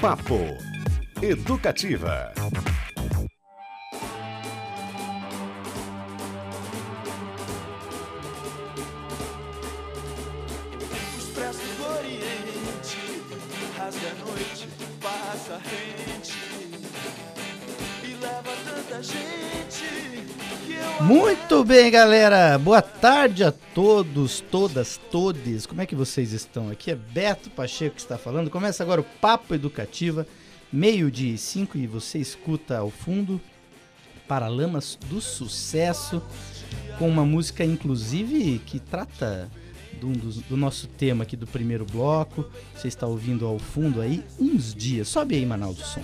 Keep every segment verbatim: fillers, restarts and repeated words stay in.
Papo Educativa. Expresso do Oriente, rasga a noite, passa rente e leva tanta gente que eu... Muito bem, galera. Boa tarde a todos, todas, todes. Como é que vocês estão? Aqui é Beto Pacheco que está falando. Começa agora o Papo Educativa, meio-dia e cinco, e você escuta ao fundo Paralamas do Sucesso, com uma música, inclusive, que trata do, do, do nosso tema aqui do primeiro bloco. Você está ouvindo ao fundo aí, Uns Dias. Sobe aí, Manaus, o som.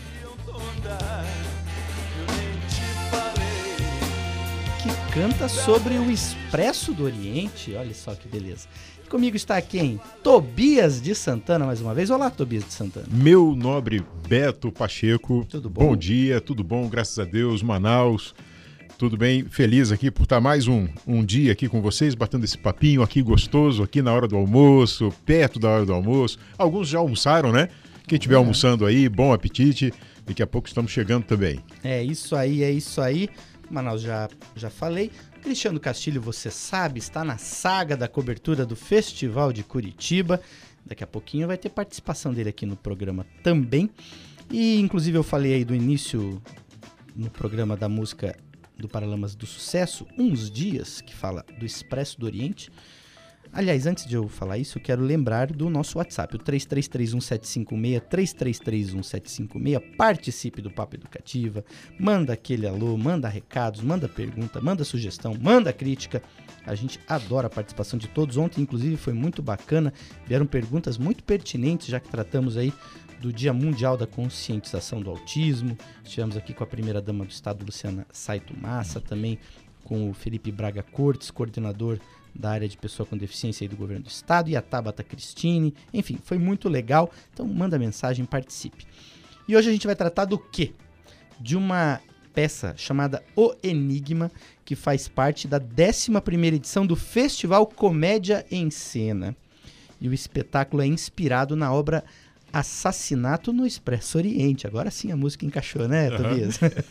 Que canta sobre o Expresso do Oriente. Olha só que beleza. E comigo está quem? Tobias de Santana, mais uma vez. Olá, Tobias de Santana. Meu nobre Beto Pacheco. Tudo bom? Bom dia, tudo bom, graças a Deus, Manaus. Tudo bem, feliz aqui por estar mais um, um dia aqui com vocês, batendo esse papinho aqui gostoso, aqui na hora do almoço, perto da hora do almoço. Alguns já almoçaram, né? Quem estiver é. almoçando aí, bom apetite. Daqui a pouco estamos chegando também. É isso aí, é isso aí. Manaus, já, já falei. Cristiano Castilho, você sabe, está na saga da cobertura do Festival de Curitiba. Daqui a pouquinho vai ter participação dele aqui no programa também. E, inclusive, eu falei aí do início no programa da música do Paralamas do Sucesso, Uns Dias, que fala do Expresso do Oriente. Aliás, antes de eu falar isso, eu quero lembrar do nosso WhatsApp, o três três três um sete cinco seis, três três três um sete cinco seis. Participe do Papo Educativa, manda aquele alô, manda recados, manda pergunta, manda sugestão, manda crítica. A gente adora a participação de todos. Ontem, inclusive, foi muito bacana. Vieram perguntas muito pertinentes, já que tratamos aí do Dia Mundial da Conscientização do Autismo. Estivemos aqui com a primeira-dama do Estado, Luciana Saito Massa, também com o Felipe Braga Cortes, coordenador da área de pessoa com deficiência aí do governo do estado, e a Tabata Cristine. Enfim, foi muito legal. Então manda mensagem, participe. E hoje a gente vai tratar do quê? De uma peça chamada O Enigma, que faz parte da décima primeira edição do Festival Comédia em Cena. E o espetáculo é inspirado na obra Assassinato no Expresso Oriente. Agora sim a música encaixou, né, Tobias? Uhum.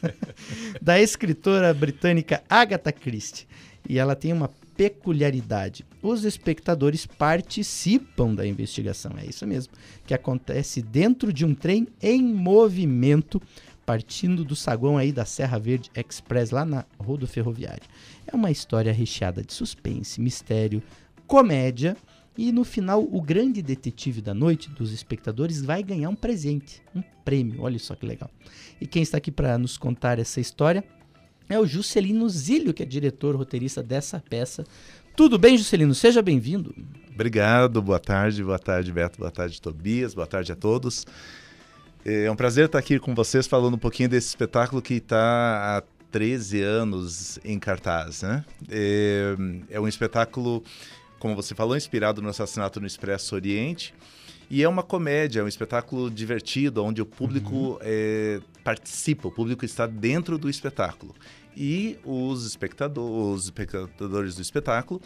Da escritora britânica Agatha Christie. E ela tem uma peculiaridade: os espectadores participam da investigação, é isso mesmo, que acontece dentro de um trem em movimento, partindo do saguão aí da Serra Verde Express, lá na rodoferroviária. É uma história recheada de suspense, mistério, comédia, e no final o grande detetive da noite dos espectadores vai ganhar um presente, um prêmio, olha só que legal. E quem está aqui para nos contar essa história é o Juscelino Zílio, que é diretor, roteirista dessa peça. Tudo bem, Juscelino? Seja bem-vindo. Obrigado, boa tarde, boa tarde, Beto, boa tarde, Tobias, boa tarde a todos. É um prazer estar aqui com vocês falando um pouquinho desse espetáculo que está há treze anos em cartaz, né? É, é um espetáculo, como você falou, inspirado no Assassinato no Expresso Oriente. E é uma comédia, é um espetáculo divertido, onde o público uhum. é, participa, o público está dentro do espetáculo. E os espectadores, os espectadores do espetáculo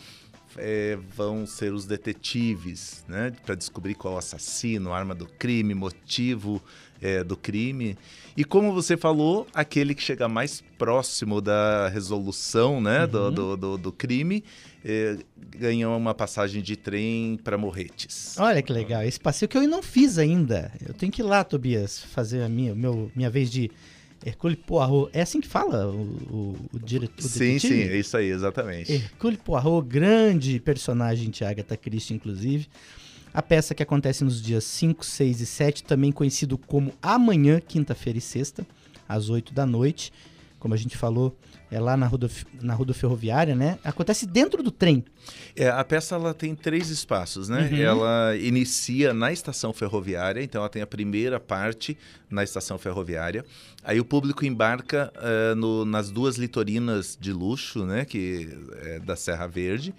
é, vão ser os detetives, né, para descobrir qual é o assassino, arma do crime, motivo é, do crime. E como você falou, aquele que chega mais próximo da resolução, né, uhum. do, do, do, do crime, é, ganhou uma passagem de trem para Morretes. Olha que legal, esse passeio que eu não fiz ainda. Eu tenho que ir lá, Tobias, fazer a minha, meu, minha vez de Hercule Poirot. É assim que fala o, o, o diretor? Sim, sim, é isso aí, exatamente. Hercule Poirot, grande personagem de Agatha Christie, inclusive. A peça que acontece nos dias cinco, seis e sete, também conhecido como Amanhã, quinta-feira e sexta, às oito da noite. Como a gente falou, é lá na, rodof- na rodoferroviária, né? Acontece dentro do trem. É, a peça ela tem três espaços, né? Uhum. Ela inicia na estação ferroviária, então ela tem a primeira parte na estação ferroviária. Aí o público embarca uh, no, nas duas litorinas de luxo, né? Que é da Serra Verde.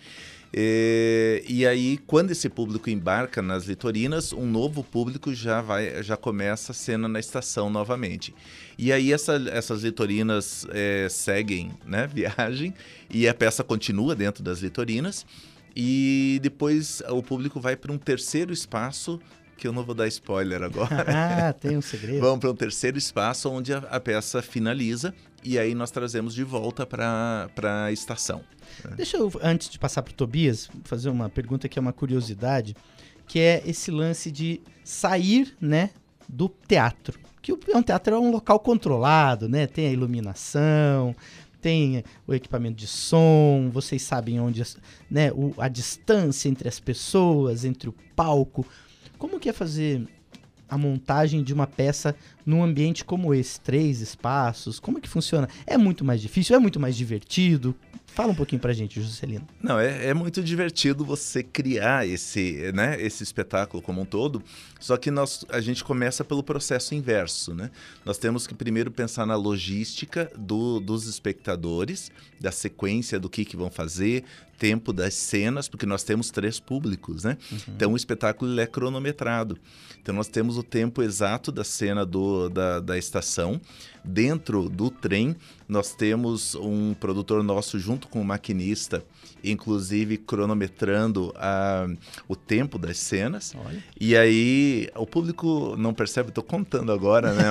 E, e aí, quando esse público embarca nas litorinas, um novo público já, vai, já começa a cena na estação novamente. E aí essa, essas litorinas é, seguem, né, viagem, e a peça continua dentro das litorinas. E depois o público vai para um terceiro espaço, que eu não vou dar spoiler agora. Ah, tem um segredo. Vamos para um terceiro espaço onde a, a peça finaliza e aí nós trazemos de volta para a estação. Deixa eu, antes de passar para o Tobias, fazer uma pergunta que é uma curiosidade, que é esse lance de sair, né, do teatro. Que o, um teatro é um local controlado, né? Tem a iluminação, tem o equipamento de som, vocês sabem onde, né, o, a distância entre as pessoas, entre o palco. Como que é fazer a montagem de uma peça num ambiente como esse? Três espaços, como é que funciona? É muito mais difícil? É muito mais divertido? Fala um pouquinho pra gente, Juscelino. Não, é, é muito divertido você criar esse, né, esse espetáculo como um todo, só que nós, a gente começa pelo processo inverso, né? Nós temos que primeiro pensar na logística do, dos espectadores, da sequência do que, que vão fazer, tempo das cenas, porque nós temos três públicos, né? Uhum. Então o espetáculo ele é cronometrado. Então nós temos o tempo exato da cena do, da, da estação. Dentro do trem, nós temos um produtor nosso junto com o maquinista, inclusive cronometrando a, o tempo das cenas. Olha. E aí, o público não percebe, estou contando agora, né?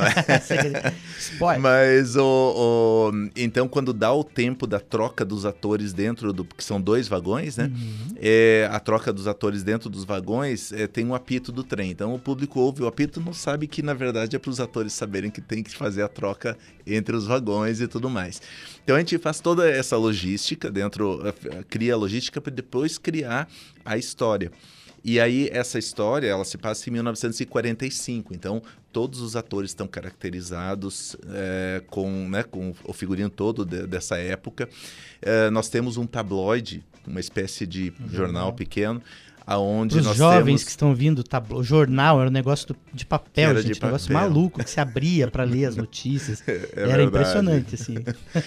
Mas, o, o, então, quando dá o tempo da troca dos atores dentro do... que são dois vagões, né? Uhum. É, a troca dos atores dentro dos vagões é, tem um apito do trem. Então, o público ouve o apito e não sabe que, na verdade, é para os atores saberem que tem que fazer a troca entre os vagões e tudo mais. Então a gente faz toda essa logística dentro, cria a logística para depois criar a história. E aí essa história, ela se passa em mil novecentos e quarenta e cinco, então todos os atores estão caracterizados é, com, né, com o figurino todo de, dessa época. É, nós temos um tabloide, uma espécie de um jornal, jornal pequeno, aonde Os nós jovens temos... que estão vindo, tablo... o jornal era um negócio do... de papel, era gente, de um negócio papel. maluco, que se abria para ler as notícias. É era verdade. Impressionante, assim.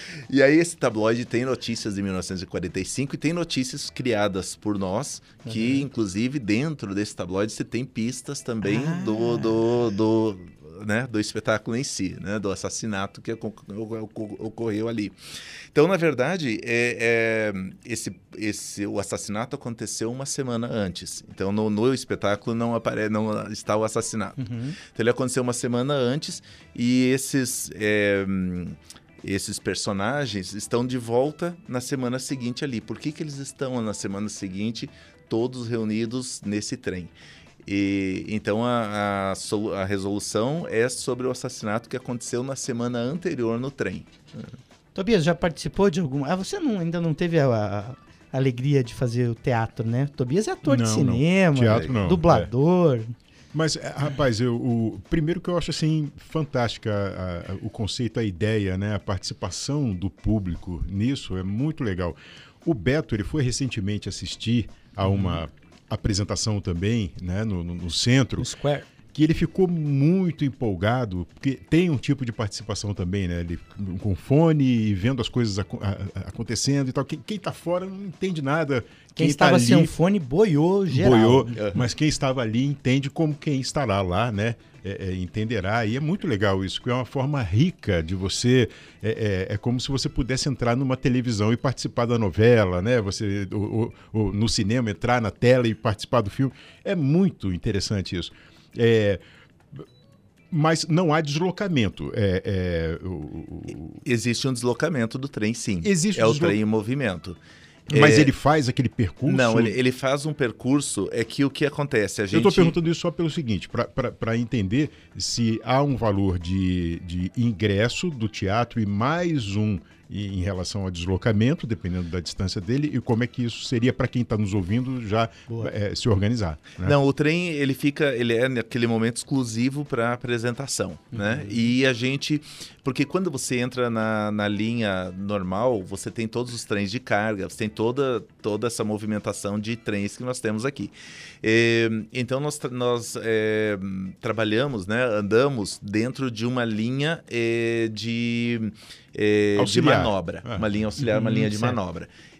E aí esse tabloide tem notícias de mil novecentos e quarenta e cinco e tem notícias criadas por nós, que uhum. inclusive dentro desse tabloide você tem pistas também ah. do... do, do né, do espetáculo em si, né, do assassinato que ocorreu ali. Então, na verdade, é, é, esse, esse, o assassinato aconteceu uma semana antes. Então, no, no espetáculo não, apare, não está o assassinato. Uhum. Então, ele aconteceu uma semana antes e esses... É, esses personagens estão de volta na semana seguinte ali. Por que que eles estão na semana seguinte todos reunidos nesse trem? E, então, a, a, a resolução é sobre o assassinato que aconteceu na semana anterior no trem. Tobias, já participou de alguma... Ah, você não, ainda não teve a, a alegria de fazer o teatro, né? Tobias é ator não, de cinema, não. Teatro, não. dublador... É. Mas, rapaz, eu, o, primeiro que eu acho assim fantástica a, a, o conceito, a ideia, né, a participação do público nisso é muito legal. O Beto, ele foi recentemente assistir a uma uhum. apresentação também, né, no, no, no centro. No Square. Que ele ficou muito empolgado, porque tem um tipo de participação também, né? Ele com fone e vendo as coisas ac acontecendo e tal. Quem, quem tá fora não entende nada. Quem, quem estava tá sem um fone boiou geral. Boiou, uhum. Mas quem estava ali entende como quem estará lá, né? É, é, entenderá. E é muito legal isso, que é uma forma rica de você... É, é, é como se você pudesse entrar numa televisão e participar da novela, né? Você, ou, ou, ou no cinema, entrar na tela e participar do filme. É muito interessante isso. É, mas não há deslocamento. É, é, o, o... Existe um deslocamento do trem, sim. Existe é o deslo... trem em movimento. Mas é... ele faz aquele percurso? Não, ele, ele faz um percurso, é que o que acontece? A gente... Eu estou perguntando isso só pelo seguinte, para entender se há um valor de, de ingresso do teatro e mais um em relação ao deslocamento, dependendo da distância dele, e como é que isso seria para quem está nos ouvindo já é, se organizar. Né? Não, o trem ele fica, ele é naquele momento exclusivo para apresentação, uhum. né? E a gente, porque quando você entra na, na linha normal, você tem todos os trens de carga, você tem toda, toda essa movimentação de trens que nós temos aqui. E, então nós, nós é, trabalhamos, né? Andamos dentro de uma linha é, de... É, de manobra, ah. uma linha auxiliar, uma linha de manobra.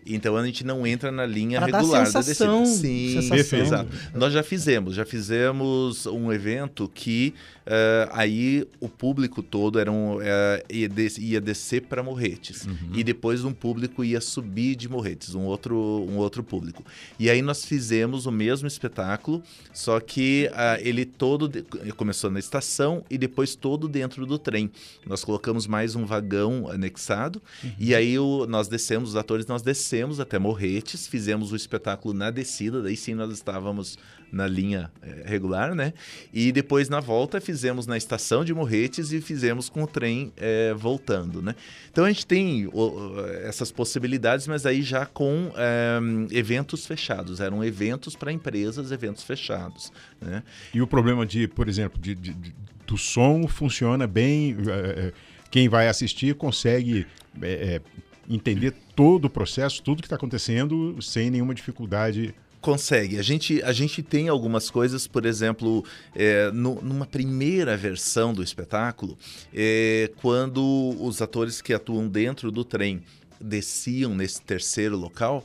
Então a gente não entra na linha Pra dar regular sensação, da descida. Sim, sensação. Perfeito. exato. Nós já fizemos, já fizemos um evento que uh, aí o público todo era um, uh, ia, des- ia descer para Morretes. Uhum. E depois um público ia subir de Morretes, um outro, um outro público. E aí nós fizemos o mesmo espetáculo, só que uh, ele todo de- começou na estação e depois todo dentro do trem. Nós colocamos mais um vagão anexado e aí o, nós descemos, os atores, nós descemos até Morretes, fizemos o espetáculo na descida, daí sim nós estávamos na linha eh, regular, né? E depois na volta fizemos na estação de Morretes e fizemos com o trem eh, voltando, né? Então a gente tem o, essas possibilidades, mas aí já com eh, eventos fechados, eram eventos para empresas, eventos fechados, né? E o problema de, por exemplo, de, de- de- do som funciona bem, é, é, quem vai assistir consegue é, é, entender todo o processo, tudo que está acontecendo sem nenhuma dificuldade. Consegue. A gente, a gente tem algumas coisas, por exemplo, é, no- numa primeira versão do espetáculo, é, quando os atores que atuam dentro do trem desciam nesse terceiro local,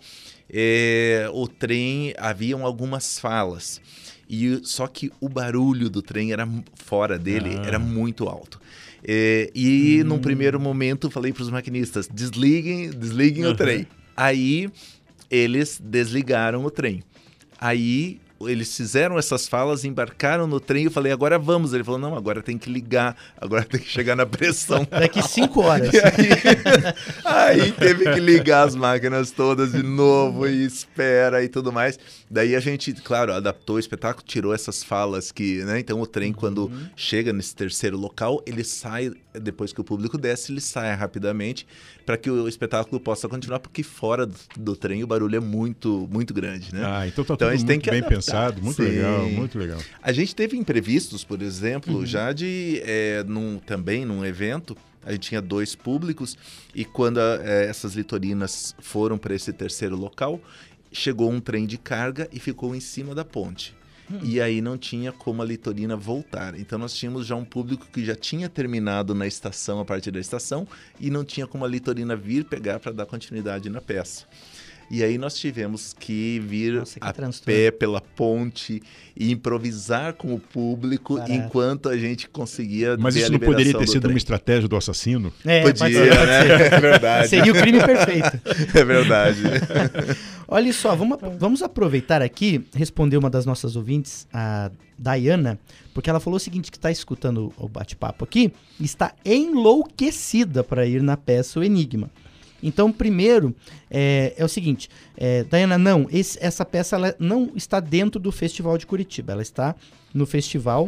é, o trem, haviam algumas falas. E, só que o barulho do trem era fora dele, Ah. era muito alto. É, e num primeiro momento falei para os maquinistas, desliguem, desliguem o trem. Aí eles desligaram o trem. Aí eles fizeram essas falas, embarcaram no trem e eu falei, agora vamos. Ele falou, não, agora tem que ligar, agora tem que chegar na pressão. Daqui cinco horas. E aí, aí teve que ligar as máquinas todas de novo e espera e tudo mais. Daí a gente, claro, adaptou o espetáculo, tirou essas falas que, né? Então o trem, quando chega nesse terceiro local, ele sai, depois que o público desce, ele sai rapidamente para que o espetáculo possa continuar, porque fora do, do trem o barulho é muito, muito grande, né? Ah, então está Então, a tudo gente tem muito que bem adaptar. pensado, muito Sim. legal, muito legal. A gente teve imprevistos, por exemplo, já de é, num, também num evento, a gente tinha dois públicos e quando a, é, essas litorinas foram para esse terceiro local, chegou um trem de carga e ficou em cima da ponte. E aí não tinha como a litorina voltar. Então nós tínhamos já um público que já tinha terminado na estação, a partir da estação, e não tinha como a litorina vir pegar para dar continuidade na peça. E aí nós tivemos que vir Nossa, que a transtorno. pé pela ponte e improvisar com o público Barato. enquanto a gente conseguia Mas ter a isso não poderia liberação ter do sido trem. uma estratégia do assassino? É, Podia, pode ser, pode né? ser. É verdade. Seria o crime perfeito. É verdade. Olha só, vamos, vamos aproveitar aqui, responder uma das nossas ouvintes, a Dayana, porque ela falou o seguinte, que está escutando o bate-papo aqui, e está enlouquecida para ir na peça O Enigma. Então, primeiro, é, é o seguinte, é, Dayana, não, esse- essa peça ela não está dentro do Festival de Curitiba, ela está no Festival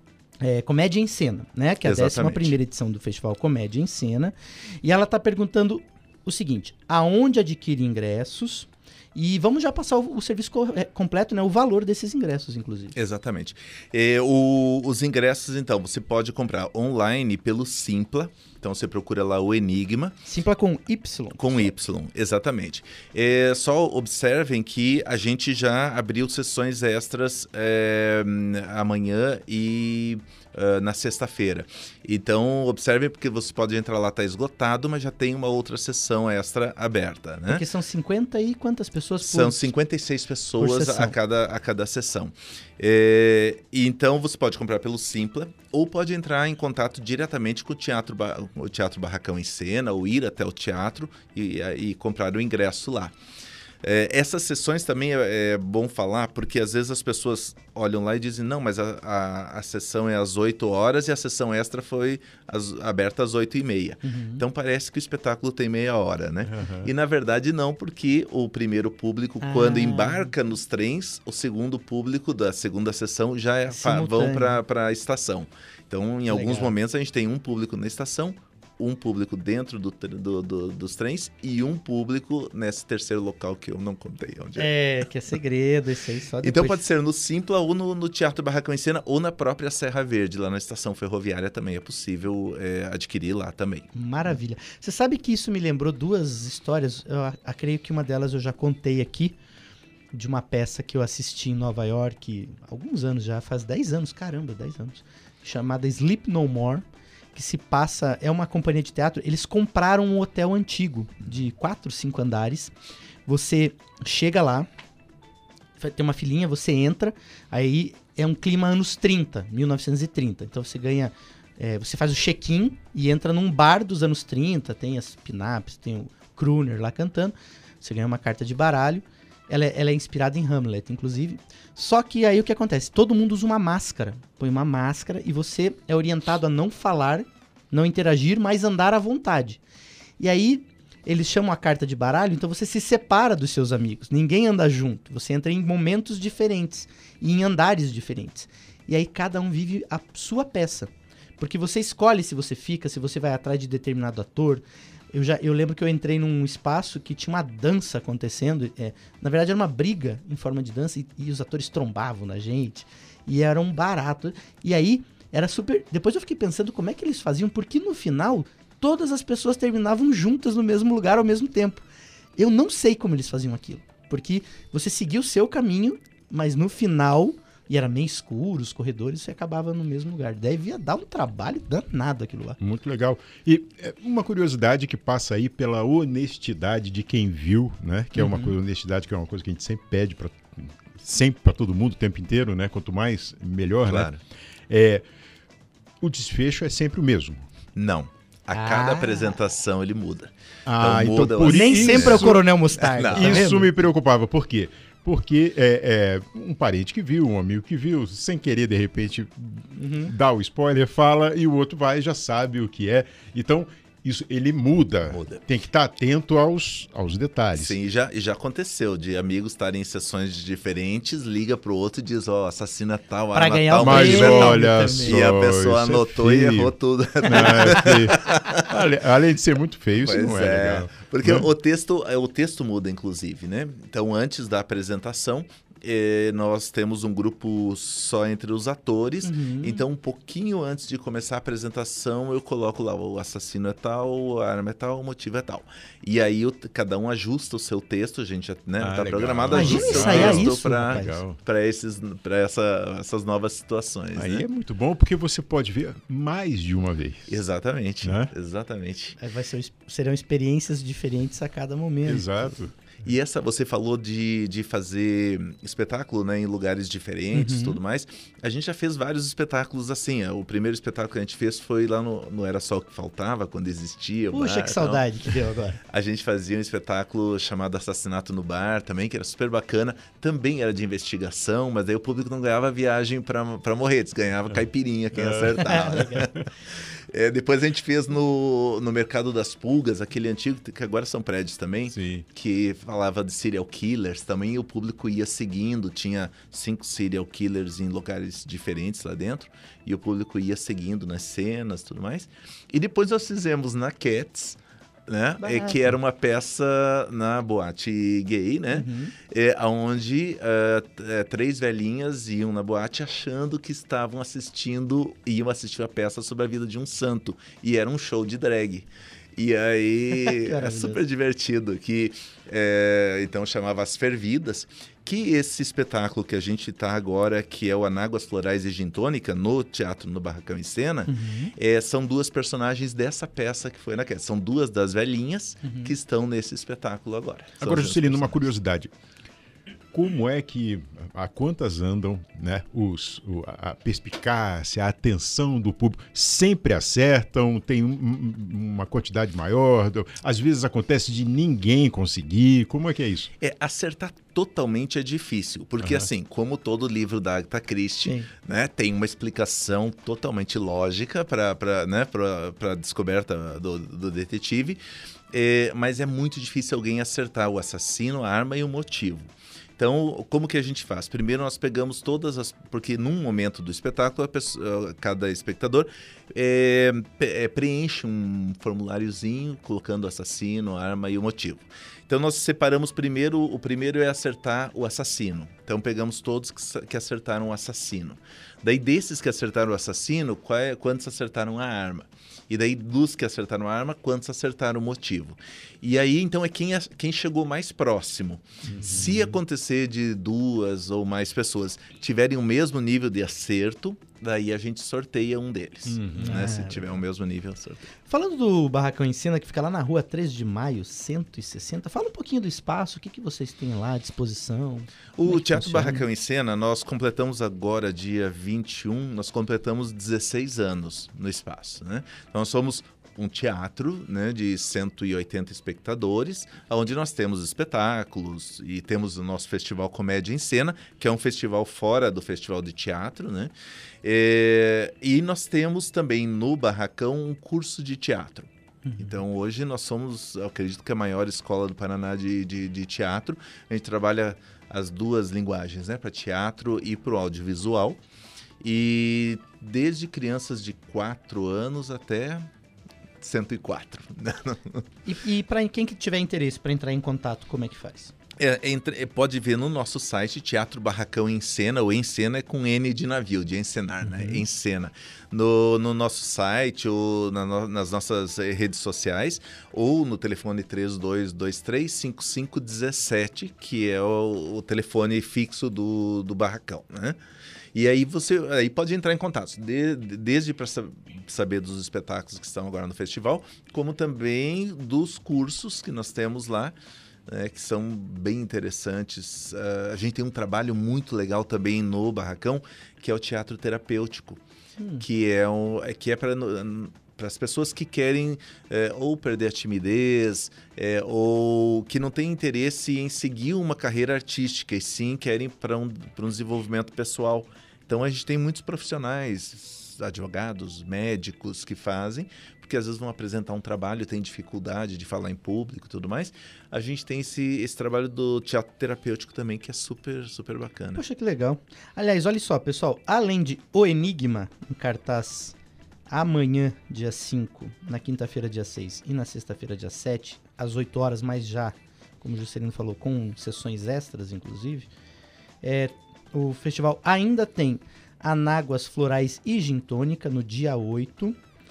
é, Comédia em Cena, né? Que é a décima Exatamente. primeira edição do Festival Comédia em Cena. E ela está perguntando o seguinte, aonde adquire ingressos? E vamos já passar o, o serviço co- é, completo, né? O valor desses ingressos, inclusive. Exatamente. É, o- os ingressos, então, você pode comprar online pelo Simpla. Então, você procura lá o Enigma. Simpla com Y. Com Y, exatamente. É, só observem que a gente já abriu sessões extras é, amanhã e ah, na sexta-feira. Então, observem porque você pode entrar lá, está esgotado, mas já tem uma outra sessão extra aberta, né? Porque são cinquenta e quantas pessoas por... São cinquenta e seis pessoas sessão. a cada, a cada sessão. É, e então você pode comprar pelo Simpla ou pode entrar em contato diretamente com o Teatro, Ba- o teatro Barracão em Cena ou ir até o teatro e, e comprar o ingresso lá. É, essas sessões também é, é bom falar, porque às vezes as pessoas olham lá e dizem, não, mas a, a, a sessão é às oito horas e a sessão extra foi às- aberta às oito e meia. Então parece que o espetáculo tem meia hora, né? E na verdade não, porque o primeiro público, Ah. quando embarca nos trens, o segundo público da segunda sessão já é, fa- vão Simultâneo. para a estação. Então, em alguns Legal. momentos, a gente tem um público na estação, um público dentro do, tre- do- do- dos trens e um público nesse terceiro local que eu não contei onde é. É, que é segredo, isso aí só depois. Então pode ser no Simpla ou no, no Teatro Barracão em Cena ou na própria Serra Verde, lá na estação ferroviária também é possível é, adquirir lá também. Maravilha. Você sabe que isso me lembrou duas histórias, eu a- a- creio que uma delas eu já contei aqui, de uma peça que eu assisti em Nova York, há alguns anos já, faz dez anos, caramba, dez anos, chamada Sleep No More, que se passa, é uma companhia de teatro, eles compraram um hotel antigo, de quatro, cinco andares, Você chega lá, tem uma filinha, você entra, aí é um clima anos trinta, mil novecentos e trinta. Então você ganha, é, você faz o check-in e entra num bar dos anos trinta, tem as pin-ups, tem o crooner lá cantando, você ganha uma carta de baralho, ela é, ela é inspirada em Hamlet, inclusive. Só que aí o que acontece? Todo mundo usa uma máscara, põe uma máscara e você é orientado a não falar, não interagir, mas andar à vontade. E aí eles chamam a carta de baralho, então você se separa dos seus amigos. Ninguém anda junto. Você entra em momentos diferentes e em andares diferentes. E aí cada um vive a sua peça. Porque você escolhe se você fica, se você vai atrás de determinado ator. Eu, já, eu lembro que eu entrei num espaço que tinha uma dança acontecendo. É, na verdade era uma briga em forma de dança e, e os atores trombavam na gente. E era um barato. E aí era super... Depois eu fiquei pensando como é que eles faziam, porque no final... todas as pessoas terminavam juntas no mesmo lugar ao mesmo tempo. Eu não sei como eles faziam aquilo, porque você seguia o seu caminho, mas no final, e era meio escuro, os corredores, você acabava no mesmo lugar. Devia dar um trabalho danado aquilo lá. Muito legal. E é, uma curiosidade que passa aí pela honestidade de quem viu, né? Que é uma Uhum. coisa, honestidade que é uma coisa que a gente sempre pede para sempre para todo mundo o tempo inteiro, né? Quanto mais, melhor, Claro. né? É, o desfecho é sempre o mesmo. Não. A cada Ah. apresentação ele muda. Ah, Então, então, muda por o- Nem isso, sempre é o Coronel Mostarda. Não. tá Isso vendo? me preocupava. Por quê? Porque é, é, um parente que viu, um amigo que viu, sem querer, de repente, Uhum. dá o spoiler, fala, e o outro vai e já sabe o que é. Então, isso ele muda. Muda. Tem que estar atento aos, aos detalhes. Sim, e já, e já aconteceu de amigos estarem em sessões diferentes, liga pro outro e diz, ó, assassina tal, Pra arma ganhar tal, o Mas prêmio motivo é tal. olha também. só, E a pessoa isso é anotou e feio. errou tudo. Não, é feio. Ale- Além de ser muito feio, isso Pois não é, é, legal. porque Né? o texto, é, o texto muda, inclusive, né? Então, antes da apresentação, eh, nós temos um grupo só entre os atores. Uhum. Então, um pouquinho antes de começar a apresentação, eu coloco lá o assassino é tal, a arma é tal, o motivo é tal. E aí, o- cada um ajusta o seu texto, a gente já né, Ah, tá legal. programado, Imagina ajusta o ensaiar texto isso, para rapaz. Legal. para esses para essa, essas novas situações, Aí né? é muito bom porque você pode ver mais de uma vez. Exatamente, Né? exatamente. Aí vai ser, serão experiências diferentes a cada momento. Exato. E essa, você falou de, de fazer espetáculo, né, em lugares diferentes e Uhum. tudo mais. A gente já fez vários espetáculos assim. ó. O primeiro espetáculo que a gente fez foi lá no, no Era Só o que Faltava, quando existia. o Puxa, bar que e tal. saudade que deu agora. A gente fazia um espetáculo chamado Assassinato no Bar também, que era super bacana. Também era de investigação, mas aí o público não ganhava viagem pra, pra morrer, eles ganhava caipirinha quem acertava. Legal. É, depois a gente fez no, no Mercado das Pulgas, aquele antigo, que agora são prédios também, Sim. que falava de serial killers. Também o público ia seguindo, tinha cinco serial killers em lugares diferentes lá dentro, e o público ia seguindo nas cenas e tudo mais. E depois nós fizemos na Cats, né? É, Barato. que era uma peça na boate gay, né? Uhum. É, onde é, t- é, três velhinhas iam na boate achando que estavam assistindo, iam assistir a peça sobre a vida de um santo. E era um show de drag. E aí, é Maravilhoso. super divertido, que é, então chamava As Fervidas, que esse espetáculo que a gente está agora, que é o Anáguas Florais e Gin Tônica, no Teatro no Barracão em Cena, Uhum. é, são duas personagens dessa peça que foi naquela. São duas das velhinhas que estão nesse espetáculo agora. São Agora, as Juscelino, uma personagens. curiosidade. Como é que, a quantas andam, né, os, o- a a perspicácia, a atenção do público? Sempre acertam? Tem um- um- uma quantidade maior? do- Às vezes acontece de ninguém conseguir. Como é que é isso? É, acertar totalmente é difícil, porque Aham. assim, como todo livro da Agatha Christie, Sim. né, tem uma explicação totalmente lógica para né, a descoberta do, do detetive, é, mas é muito difícil alguém acertar o assassino, a arma e o motivo. Então, como que a gente faz? Primeiro nós pegamos todas as... Porque num momento do espetáculo, a pessoa- cada espectador é, pe- é, preenche um formuláriozinho colocando o assassino, a arma e o motivo. Então nós separamos primeiro, o primeiro é acertar o assassino. Então pegamos todos que, sa- que acertaram o assassino. Daí desses que acertaram o assassino, qual é- quantos acertaram a arma? E daí dos que acertaram a arma, quantos acertaram o motivo? E aí então é quem, a- quem chegou mais próximo. Se acontecer de duas ou mais pessoas tiverem o mesmo nível de acerto, daí a gente sorteia um deles. Uhum. Né? Ah, Se tiver o mesmo nível, sorteia. Falando do Barracão em Cena, que fica lá na rua três de maio, cento e sessenta, fala um pouquinho do espaço, o que, que vocês têm lá à disposição? Como é O que Teatro funciona? Barracão em Cena, nós completamos agora, dia vinte e um, nós completamos dezesseis anos no espaço. Né? Então, nós somos um teatro, né, de cento e oitenta espectadores, onde nós temos espetáculos e temos o nosso Festival Comédia em Cena, que é um festival fora do Festival de Teatro, né? É, e nós temos também no Barracão um curso de teatro. Uhum. Então hoje nós somos, eu acredito que a maior escola do Paraná de, de, de teatro. A gente trabalha as duas linguagens, né, para teatro e para o audiovisual. E desde crianças de quatro anos até cento e quatro. E, e para quem que tiver interesse para entrar em contato, como é que faz? É, entre, pode ver no nosso site Teatro Barracão em Cena. O em Cena é com N de navio, de encenar, uhum. né? Em Cena. No, no nosso site ou na no, nas nossas redes sociais ou no telefone três dois dois três, cinco cinco um sete, que é o, o telefone fixo do, do Barracão, né? E aí você aí pode entrar em contato, de, desde para saber dos espetáculos que estão agora no festival, como também dos cursos que nós temos lá, né, que são bem interessantes. Uh, a gente tem um trabalho muito legal também no Barracão, que é o teatro terapêutico, hum. que é, um, que é para... para as pessoas que querem é, ou perder a timidez, é, ou que não têm interesse em seguir uma carreira artística, e sim querem para um, para um desenvolvimento pessoal. Então a gente tem muitos profissionais, advogados, médicos que fazem, porque às vezes vão apresentar um trabalho, tem dificuldade de falar em público e tudo mais. A gente tem esse, esse trabalho do teatro terapêutico também, que é super, super bacana. Poxa, que legal. Aliás, olha só, pessoal, além de O Enigma, em cartaz amanhã, dia cinco, na quinta-feira, dia seis, e na sexta-feira, dia sete, às oito horas, mas já, como o Juscelino falou, com sessões extras, inclusive, é, o festival ainda tem Anáguas Florais e Gin Tônica no dia oito,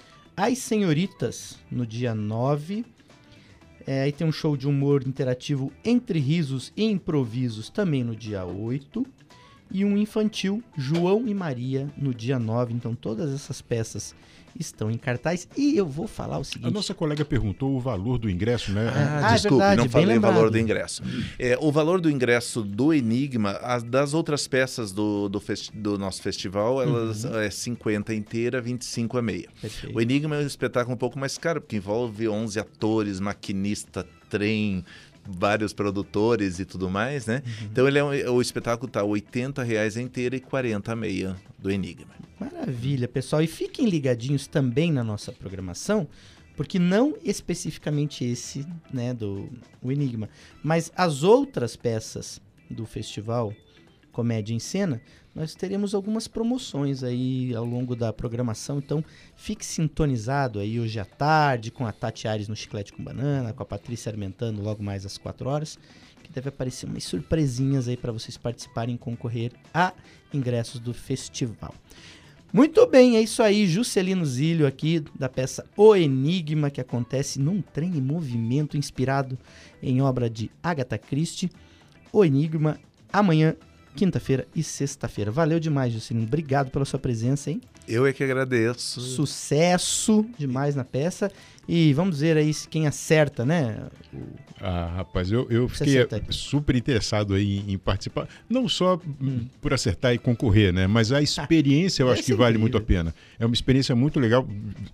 As Senhoritas no dia nove, é, aí tem um show de humor interativo Entre Risos e Improvisos também no dia oito, e um infantil, João e Maria, no dia nove. Então todas essas peças estão em cartaz. E eu vou falar o seguinte... A nossa colega perguntou o valor do ingresso, né? Ah, ah desculpe, é verdade, não falei o lembrado. valor do ingresso. É, o valor do ingresso do Enigma, as, das outras peças do, do, festi do nosso festival, elas uhum. é cinquenta inteira, vinte e cinco a meia. Perfeito. O Enigma é um espetáculo um pouco mais caro, porque envolve onze atores, maquinista, trem, vários produtores e tudo mais, né? Uhum. Então ele é um, o espetáculo tá oitenta reais a inteira e quarenta a meia do Enigma. Maravilha, pessoal. E fiquem ligadinhos também na nossa programação, porque não especificamente esse, né, do o Enigma, mas as outras peças do festival Comédia em Cena, nós teremos algumas promoções aí ao longo da programação, então fique sintonizado aí hoje à tarde com a Tati Ares no Chiclete com Banana, com a Patrícia Armentano logo mais às quatro horas, que deve aparecer umas surpresinhas aí para vocês participarem e concorrer a ingressos do festival. Muito bem, é isso aí, Juscelino Zílio aqui da peça O Enigma, que acontece num trem em movimento inspirado em obra de Agatha Christie. O Enigma, amanhã, quinta-feira e sexta-feira. Valeu demais, Juscelino. Obrigado pela sua presença, hein? Eu é que agradeço. Sucesso demais na peça. E vamos ver aí se quem acerta, né? O... Ah, rapaz, eu, eu fiquei super interessado aí em, em participar. Não só hum. por acertar e concorrer, né? Mas a experiência eu acho que vale muito a pena. É uma experiência muito legal.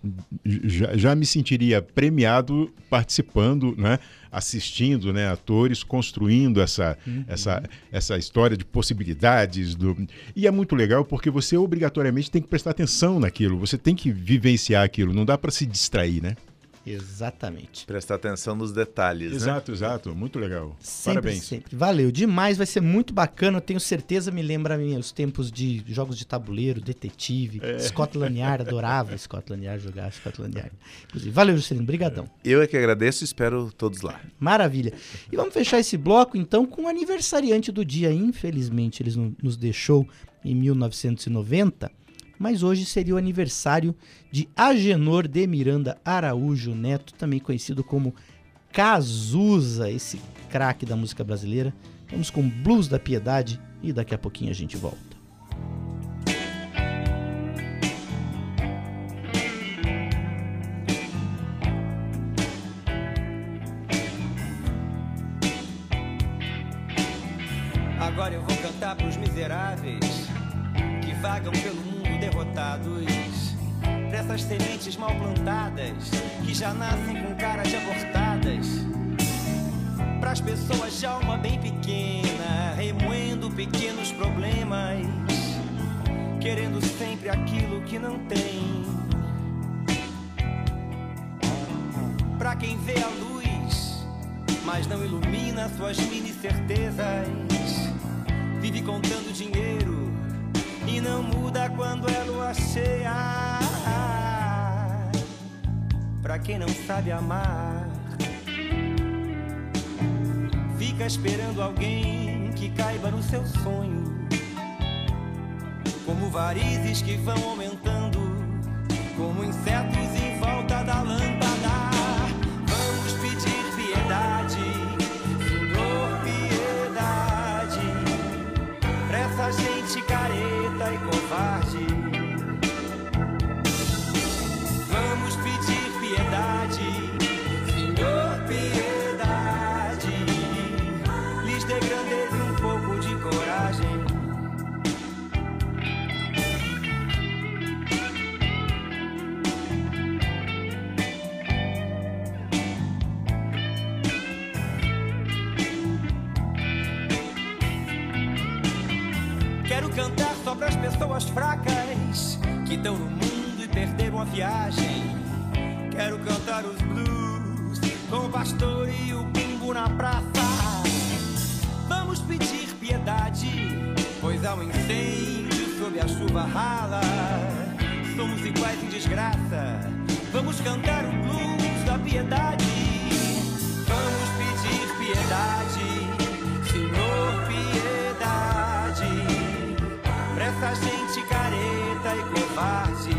Já, já me sentiria premiado participando, né? Assistindo, né, atores construindo essa, uhum. essa, essa história de possibilidades. Do... E é muito legal porque você obrigatoriamente tem que prestar atenção naquilo, você tem que vivenciar aquilo, não dá para se distrair, né? Exatamente. Prestar atenção nos detalhes, exato, né? Exato, muito legal. Sempre, parabéns. Sempre. Valeu demais, vai ser muito bacana, eu tenho certeza, me lembra os tempos de jogos de tabuleiro, detetive, é. Scotland Yard, adorava Scotland Yard, jogar Scotland Yard. Inclusive, valeu, Juscelino, brigadão. Eu é que agradeço e espero todos lá. Maravilha. E vamos fechar esse bloco, então, com o aniversariante do dia. Infelizmente, ele nos deixou em mil novecentos e noventa, mas hoje seria o aniversário de Agenor de Miranda Araújo Neto, também conhecido como Cazuza, esse craque da música brasileira. Vamos com Blues da Piedade e daqui a pouquinho a gente volta. cantar pros miseráveis que vagam pelo mundo derrotados, pra essas sementes mal plantadas que já nascem com cara de abortadas, pras pessoas de alma bem pequena, remoendo pequenos problemas, querendo sempre aquilo que não tem. Pra quem vê a luz, mas não ilumina suas mini certezas, vive contando dinheiro e não muda quando é lua cheia. Pra quem não sabe amar, fica esperando alguém que caiba no seu sonho, como varizes que vão aumentando, como insetos em volta da lâmpada. Vamos pedir piedade, Senhor, piedade, pra essa gente careta e covarde. Vamos pedir piedade, Senhor, piedade, lhes dê grandeza e um pouco de coragem. Quero cantar só pras pessoas fracas que estão no mundo e perderam a viagem. Quero cantar os blues com o pastor e o bumbo na praça. Vamos pedir piedade, pois há um incêndio sob a chuva rala. Somos iguais em desgraça. Vamos cantar o blues da piedade. Vamos pedir piedade, Senhor, piedade, pra essa gente careta e covarde.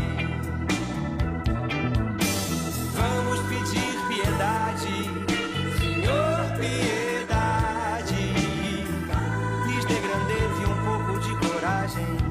Vamos pedir piedade, Senhor, piedade, lhes dê grandeza e um pouco de coragem.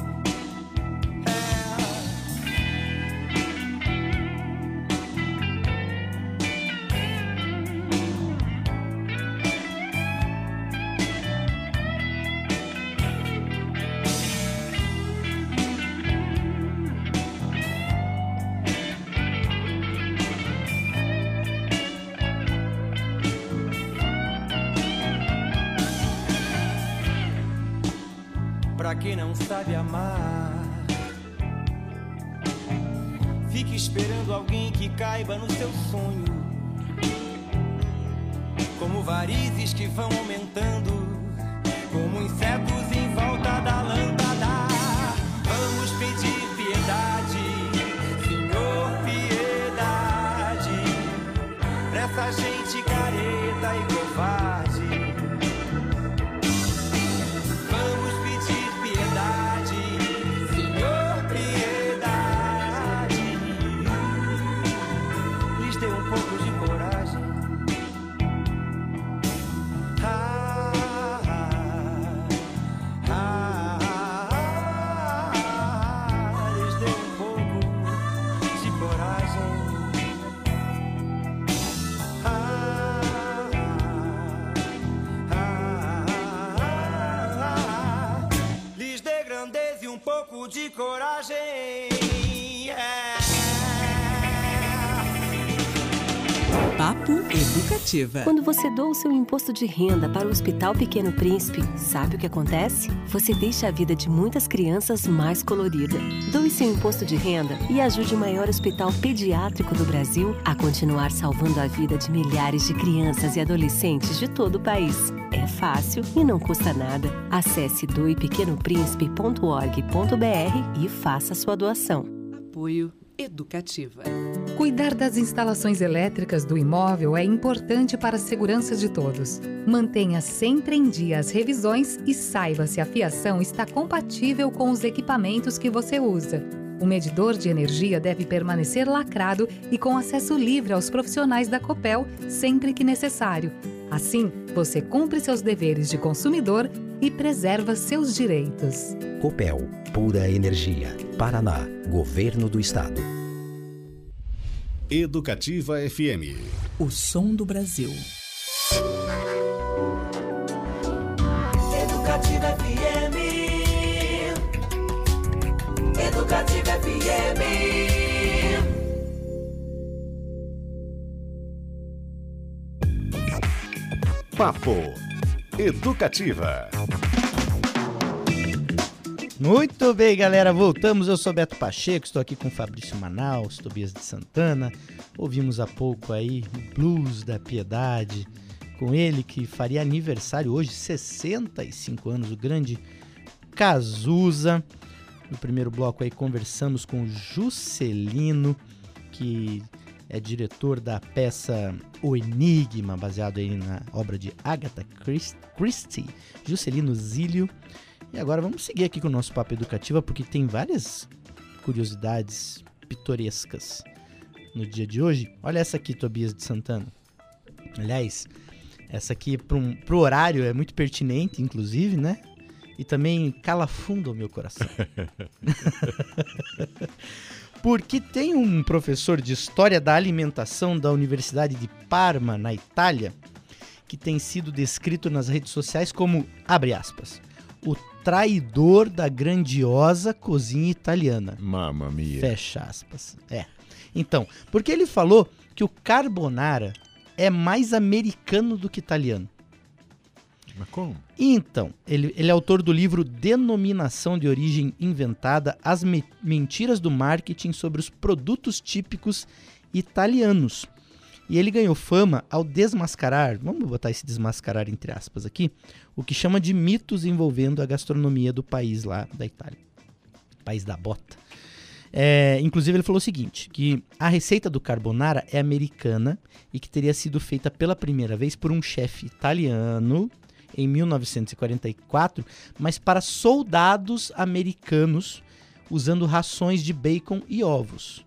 Pra quem não sabe amar, fique esperando alguém que caiba no seu sonho, como varizes que vão aumentando, como insetos em volta da lâmpada. Vamos pedir piedade, Senhor, piedade, pra essa gente careta e covarde. De coragem, yeah. Papo Educativa. Quando você doa o seu imposto de renda para o Hospital Pequeno Príncipe, sabe o que acontece? Você deixa a vida de muitas crianças mais colorida. Doe seu imposto de renda e ajude o maior hospital pediátrico do Brasil a continuar salvando a vida de milhares de crianças e adolescentes de todo o país. É fácil e não custa nada. Acesse doe pequeno príncipe ponto org ponto br e faça sua doação. Apoio Educativa. Cuidar das instalações elétricas do imóvel é importante para a segurança de todos. Mantenha sempre em dia as revisões e saiba se a fiação está compatível com os equipamentos que você usa. O medidor de energia deve permanecer lacrado e com acesso livre aos profissionais da Copel sempre que necessário. Assim, você cumpre seus deveres de consumidor e preserva seus direitos. Copel, pura energia. Paraná, Governo do Estado. Educativa F M. O som do Brasil. Educativa F M. Papo Educativa. Muito bem, galera, voltamos. Eu sou Beto Pacheco, estou aqui com Fabrício Manaus, Tobias de Santana. Ouvimos há pouco aí o Blues da Piedade, com ele que faria aniversário hoje, sessenta e cinco anos, o grande Cazuza. No primeiro bloco aí conversamos com o Juscelino, que é diretor da peça O Enigma, baseado aí na obra de Agatha Christie, Juscelino Zílio. E agora vamos seguir aqui com o nosso Papo Educativa, porque tem várias curiosidades pitorescas no dia de hoje. Olha essa aqui, Tobias de Santana. Aliás, essa aqui para um, o horário é muito pertinente, inclusive, né? E também cala fundo ao meu coração. Porque tem um professor de História da Alimentação da Universidade de Parma, na Itália, que tem sido descrito nas redes sociais como, abre aspas, o traidor da grandiosa cozinha italiana. Mamma mia. Fecha aspas. É. Então, porque ele falou que o carbonara é mais americano do que italiano. Mas como? Então, ele, ele é autor do livro Denominação de Origem Inventada, As Me- Mentiras do Marketing sobre os Produtos Típicos Italianos. E ele ganhou fama ao desmascarar, vamos botar esse desmascarar entre aspas aqui, o que chama de mitos envolvendo a gastronomia do país lá da Itália. País da bota. É, inclusive ele falou o seguinte, que a receita do carbonara é americana e que teria sido feita pela primeira vez por um chefe italiano em mil novecentos e quarenta e quatro, mas para soldados americanos usando rações de bacon e ovos.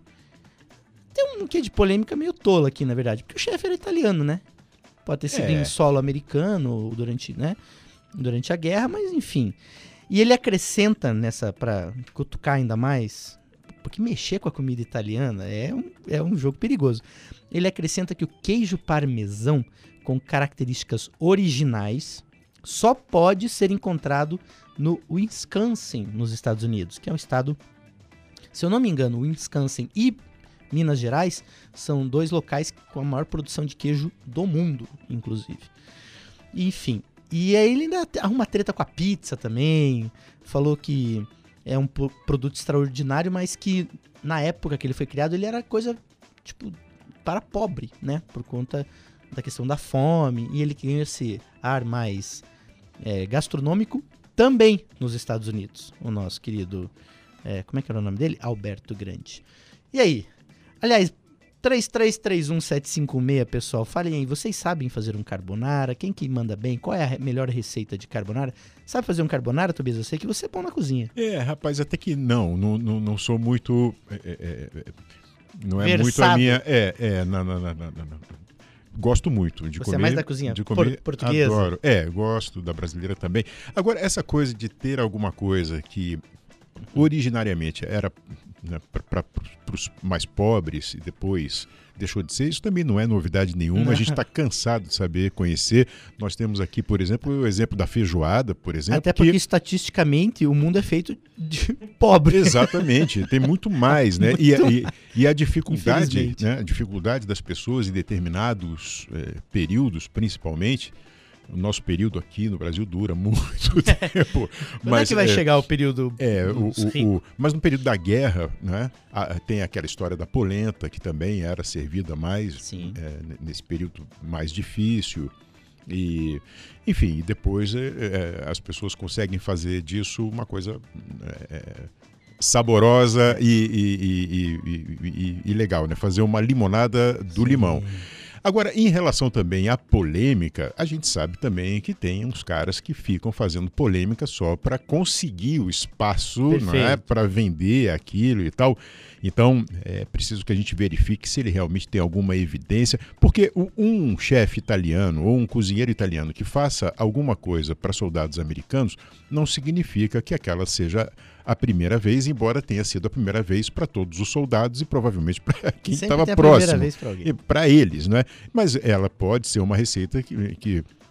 Tem um quê de polêmica meio tola aqui, na verdade, porque o chefe era italiano, né? Pode ter sido É. em solo americano durante, né, durante a guerra, mas enfim. E ele acrescenta nessa, para cutucar ainda mais, porque mexer com a comida italiana é um, é um jogo perigoso. Ele acrescenta que o queijo parmesão, com características originais, só pode ser encontrado no Wisconsin, nos Estados Unidos, que é um estado, se eu não me engano, Wisconsin e Minas Gerais são dois locais com a maior produção de queijo do mundo, inclusive. Enfim, e aí ele ainda arruma treta com a pizza também, falou que é um p- produto extraordinário, mas que na época que ele foi criado ele era coisa, tipo, para pobre, né? Por conta da questão da fome, e ele ganhou esse ar mais é, gastronômico também nos Estados Unidos. O nosso querido, é, como é que era o nome dele? Alberto Grande. E aí? Aliás, três três três um sete cinco seis, pessoal, falem aí, vocês sabem fazer um carbonara? Quem que manda bem? Qual é a re- melhor receita de carbonara? Sabe fazer um carbonara, Tobias? Eu sei que você é bom na cozinha. É, rapaz, até que não, não, não, não sou muito... é, é, é, não é muito Versado. a minha... É, é, não, não, não, não, não, não. Gosto muito de Você comer. é mais da cozinha de comer, por- portuguesa? Adoro. É, gosto da brasileira também. Agora, essa coisa de ter alguma coisa que originariamente era, né, para os mais pobres e depois deixou de ser, isso também não é novidade nenhuma. A gente está cansado de saber, conhecer. Nós temos aqui, por exemplo, o exemplo da feijoada, por exemplo. Até porque que... estatisticamente o mundo é feito de pobre. Exatamente, tem muito mais, né? E, Muito e, e a dificuldade, Infelizmente. né? A dificuldade das pessoas em determinados eh, períodos, principalmente. O nosso período aqui no Brasil dura muito tempo. Quando é que vai chegar o período É, o, dos o, ricos? o, mas no período da guerra, né, a- tem aquela história da polenta, que também era servida mais Sim. é, n- nesse período mais difícil. E, enfim, depois é, é, as pessoas conseguem fazer disso uma coisa é, saborosa e, e- e- e- e- e legal, né? Fazer uma limonada do limão. Agora, em relação também à polêmica, a gente sabe também que tem uns caras que ficam fazendo polêmica só para conseguir o espaço, não é? Perfeito. Para vender aquilo e tal. Então, é preciso que a gente verifique se ele realmente tem alguma evidência, porque o- um chefe italiano ou um cozinheiro italiano que faça alguma coisa para soldados americanos não significa que aquela seja a primeira vez, embora tenha sido a primeira vez para todos os soldados e provavelmente para quem Sempre estava tem a primeira próximo. vez pra alguém. E para eles, né? Mas ela pode ser uma receita que, que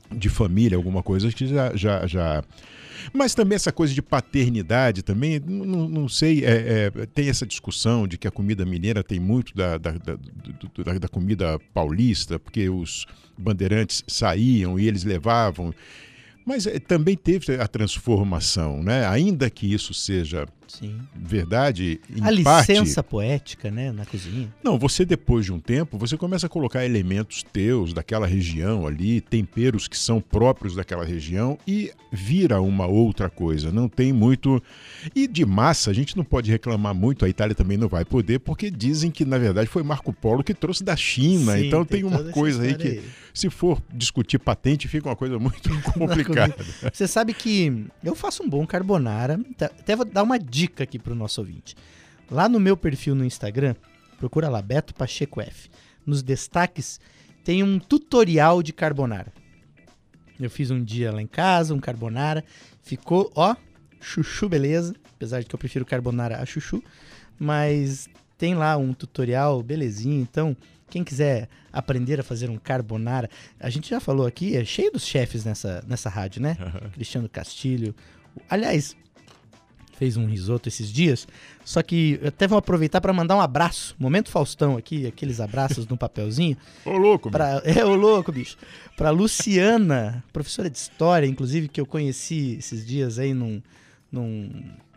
de família, alguma coisa que já... já, já... Mas também essa coisa de paternidade também, não, não sei, é, é, tem essa discussão de que a comida mineira tem muito da, da, da, da, da comida paulista, porque os bandeirantes saíam e eles levavam. Mas é, também teve a transformação, né? Ainda que isso seja Sim. verdade, em a parte... licença poética, né, na cozinha. Não, você depois de um tempo, você começa a colocar elementos teus daquela região ali, temperos que são próprios daquela região e vira uma outra coisa. Não tem muito... E de massa, a gente não pode reclamar muito, a Itália também não vai poder, porque dizem que, na verdade, foi Marco Polo que trouxe da China. Sim, então tem, tem uma coisa aí que, aí. se for discutir patente, fica uma coisa muito complicada. Você sabe que eu faço um bom carbonara, até vou dar uma dica dica aqui para o nosso ouvinte. Lá no meu perfil no Instagram, procura lá, Beto Pacheco F. Nos destaques tem um tutorial de carbonara. Eu fiz um dia lá em casa, um carbonara. Ficou, ó, chuchu beleza. Apesar de que eu prefiro carbonara a chuchu. Mas tem lá um tutorial belezinho. Então, quem quiser aprender a fazer um carbonara... A gente já falou aqui, é cheio dos chefes nessa, nessa rádio, né? Cristiano Castilho. Aliás... fez um risoto esses dias, só que eu até vou aproveitar para mandar um abraço, momento Faustão aqui, aqueles abraços no papelzinho. Ô louco, pra, É, ô louco, bicho. Pra Luciana, professora de história, inclusive, que eu conheci esses dias aí num, num,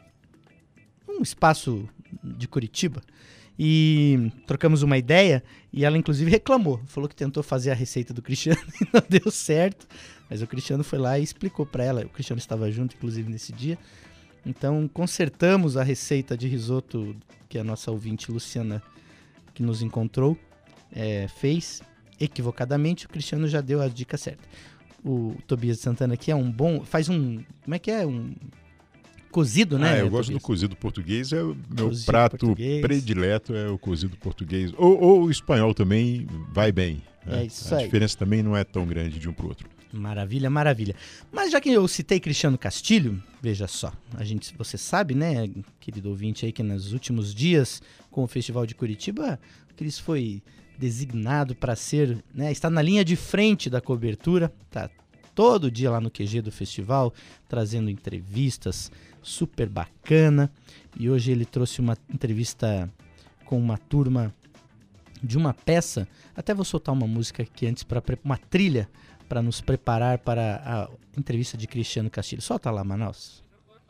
num espaço de Curitiba, e trocamos uma ideia, e ela inclusive reclamou, falou que tentou fazer a receita do Cristiano e não deu certo, mas o Cristiano foi lá e explicou para ela, o Cristiano estava junto, inclusive, nesse dia. Então, consertamos a receita de risoto que a nossa ouvinte Luciana, que nos encontrou, é, fez equivocadamente. O Cristiano já deu a dica certa. O Tobias de Santana aqui é um bom... Faz um... Como é que é? Um cozido, né? Ah, eu gosto Tobias? do cozido português. É o meu Cozido prato português. predileto é o cozido português. Ou, ou o espanhol também vai bem. Né? É isso a aí. A diferença também não é tão grande de um para o outro. Maravilha, maravilha. Mas já que eu citei Cristiano Castilho, veja só, a gente, você sabe, né, querido ouvinte aí, que nos últimos dias com o Festival de Curitiba, o Cris foi designado para ser, né, está na linha de frente da cobertura, tá todo dia lá no Q G do festival, trazendo entrevistas super bacana, e hoje ele trouxe uma entrevista com uma turma de uma peça, até vou soltar uma música aqui antes, para uma trilha, para nos preparar para a entrevista de Cristiano Castilho. Solta lá, Manaus.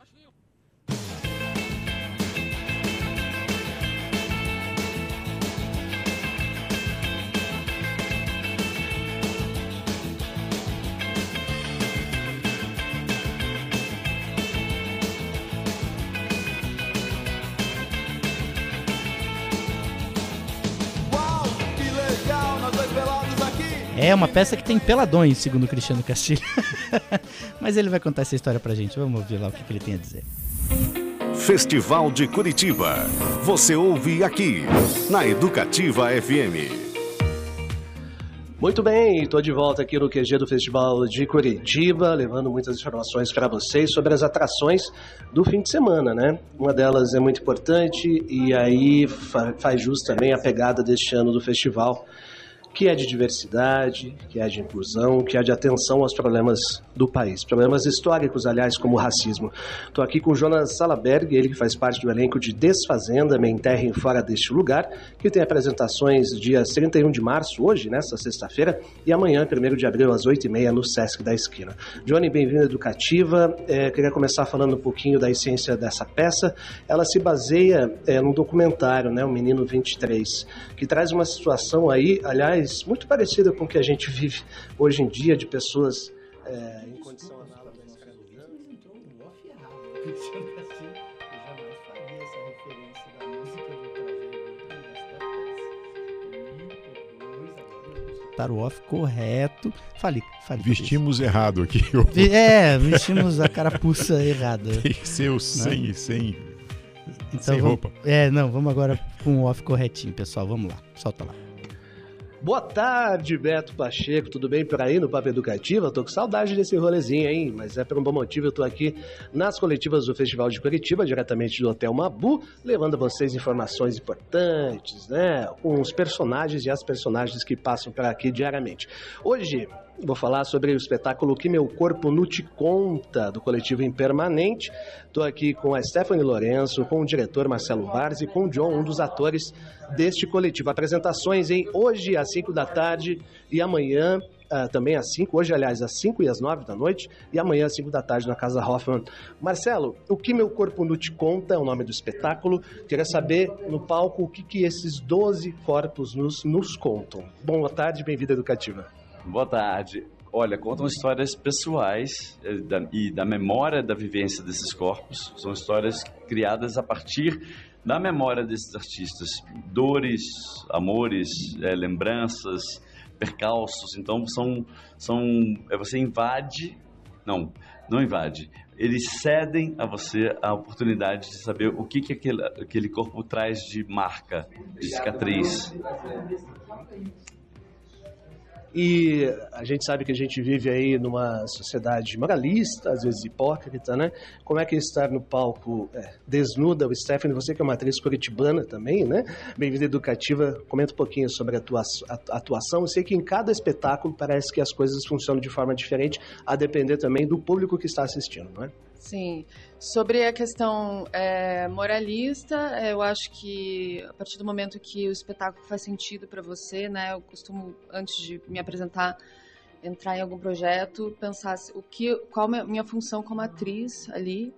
Uau, que legal, nós dois pelados aqui. É uma peça que tem peladões, segundo o Cristiano Castilho. Mas ele vai contar essa história pra gente. Vamos ouvir lá o que, que ele tem a dizer. Festival de Curitiba. Você ouve aqui, na Educativa F M. Muito bem, estou de volta aqui no Q G do Festival de Curitiba, levando muitas informações para vocês sobre as atrações do fim de semana, né? Uma delas é muito importante e aí fa- faz jus também a pegada deste ano do festival, que é de diversidade, que é de inclusão, que é de atenção aos problemas do país. Problemas históricos, aliás, como o racismo. Estou aqui com o Jonas Salaberg, ele que faz parte do elenco de Desfazenda, Me Enterrem Fora Deste Lugar, que tem apresentações dias trinta e um de março, hoje, nesta sexta-feira, e amanhã, primeiro de abril, às oito e meia, no Sesc da Esquina. Johnny, bem-vindo à Educativa. É, queria começar falando um pouquinho da essência dessa peça. Ela se baseia é, num documentário, né, O Menino vinte e três, que traz uma situação aí, aliás, muito parecida com o que a gente vive hoje em dia, de pessoas é, em condição análoga à escravidão. Entrou um off errado. O Cristiano Castilho jamais faria essa referência da música do Trazer. Estar o off correto. Fale, fale. Vestimos errado aqui. É, vestimos a carapuça errada. Tem que ser o sem, sem, então, sem vamos, roupa. É, não, vamos agora com o off corretinho, pessoal. Vamos lá, solta lá. Boa tarde, Beto Pacheco, tudo bem por aí no Papo Educativa? Tô com saudade desse rolezinho, hein? Mas é por um bom motivo, eu tô aqui nas coletivas do Festival de Curitiba, diretamente do Hotel Mabu, levando a vocês informações importantes, né? Com os personagens e as personagens que passam por aqui diariamente. Hoje, Vou falar sobre o espetáculo Que Meu Corpo Nu Te Conta, do coletivo Impermanente. Estou aqui com a Stephanie Lourenço, com o diretor Marcelo Barzi e com o John, um dos atores deste coletivo. Apresentações em hoje às cinco da tarde e amanhã uh, também às cinco. Hoje, aliás, às cinco e às nove da noite e amanhã às cinco da tarde na Casa Hoffman. Marcelo, o Que Meu Corpo Nu Te Conta é o nome do espetáculo. Queria saber no palco o que, que esses doze corpos nos, nos contam. Boa tarde, bem-vinda à Educativa. Boa tarde. Olha, contam histórias pessoais eh, da, e da memória da vivência desses corpos. São histórias criadas a partir da memória desses artistas. Dores, amores, eh, lembranças, percalços. Então, são, são, é, você invade... Não, não invade. Eles cedem a você a oportunidade de saber o que, que aquele, aquele corpo traz de marca, de cicatriz. E a gente sabe que a gente vive aí numa sociedade moralista, às vezes hipócrita, né? Como é que é estar no palco é, desnuda? O Stephanie, você que é uma atriz curitibana também, né? Bem-vinda à Educativa, comenta um pouquinho sobre a tua a atuação. Eu sei que em cada espetáculo parece que as coisas funcionam de forma diferente, a depender também do público que está assistindo, não é? Sim. Sobre a questão é, moralista, eu acho que a partir do momento que o espetáculo faz sentido para você, né, eu costumo, antes de me apresentar, entrar em algum projeto, pensar o que, qual é a minha função como atriz ali.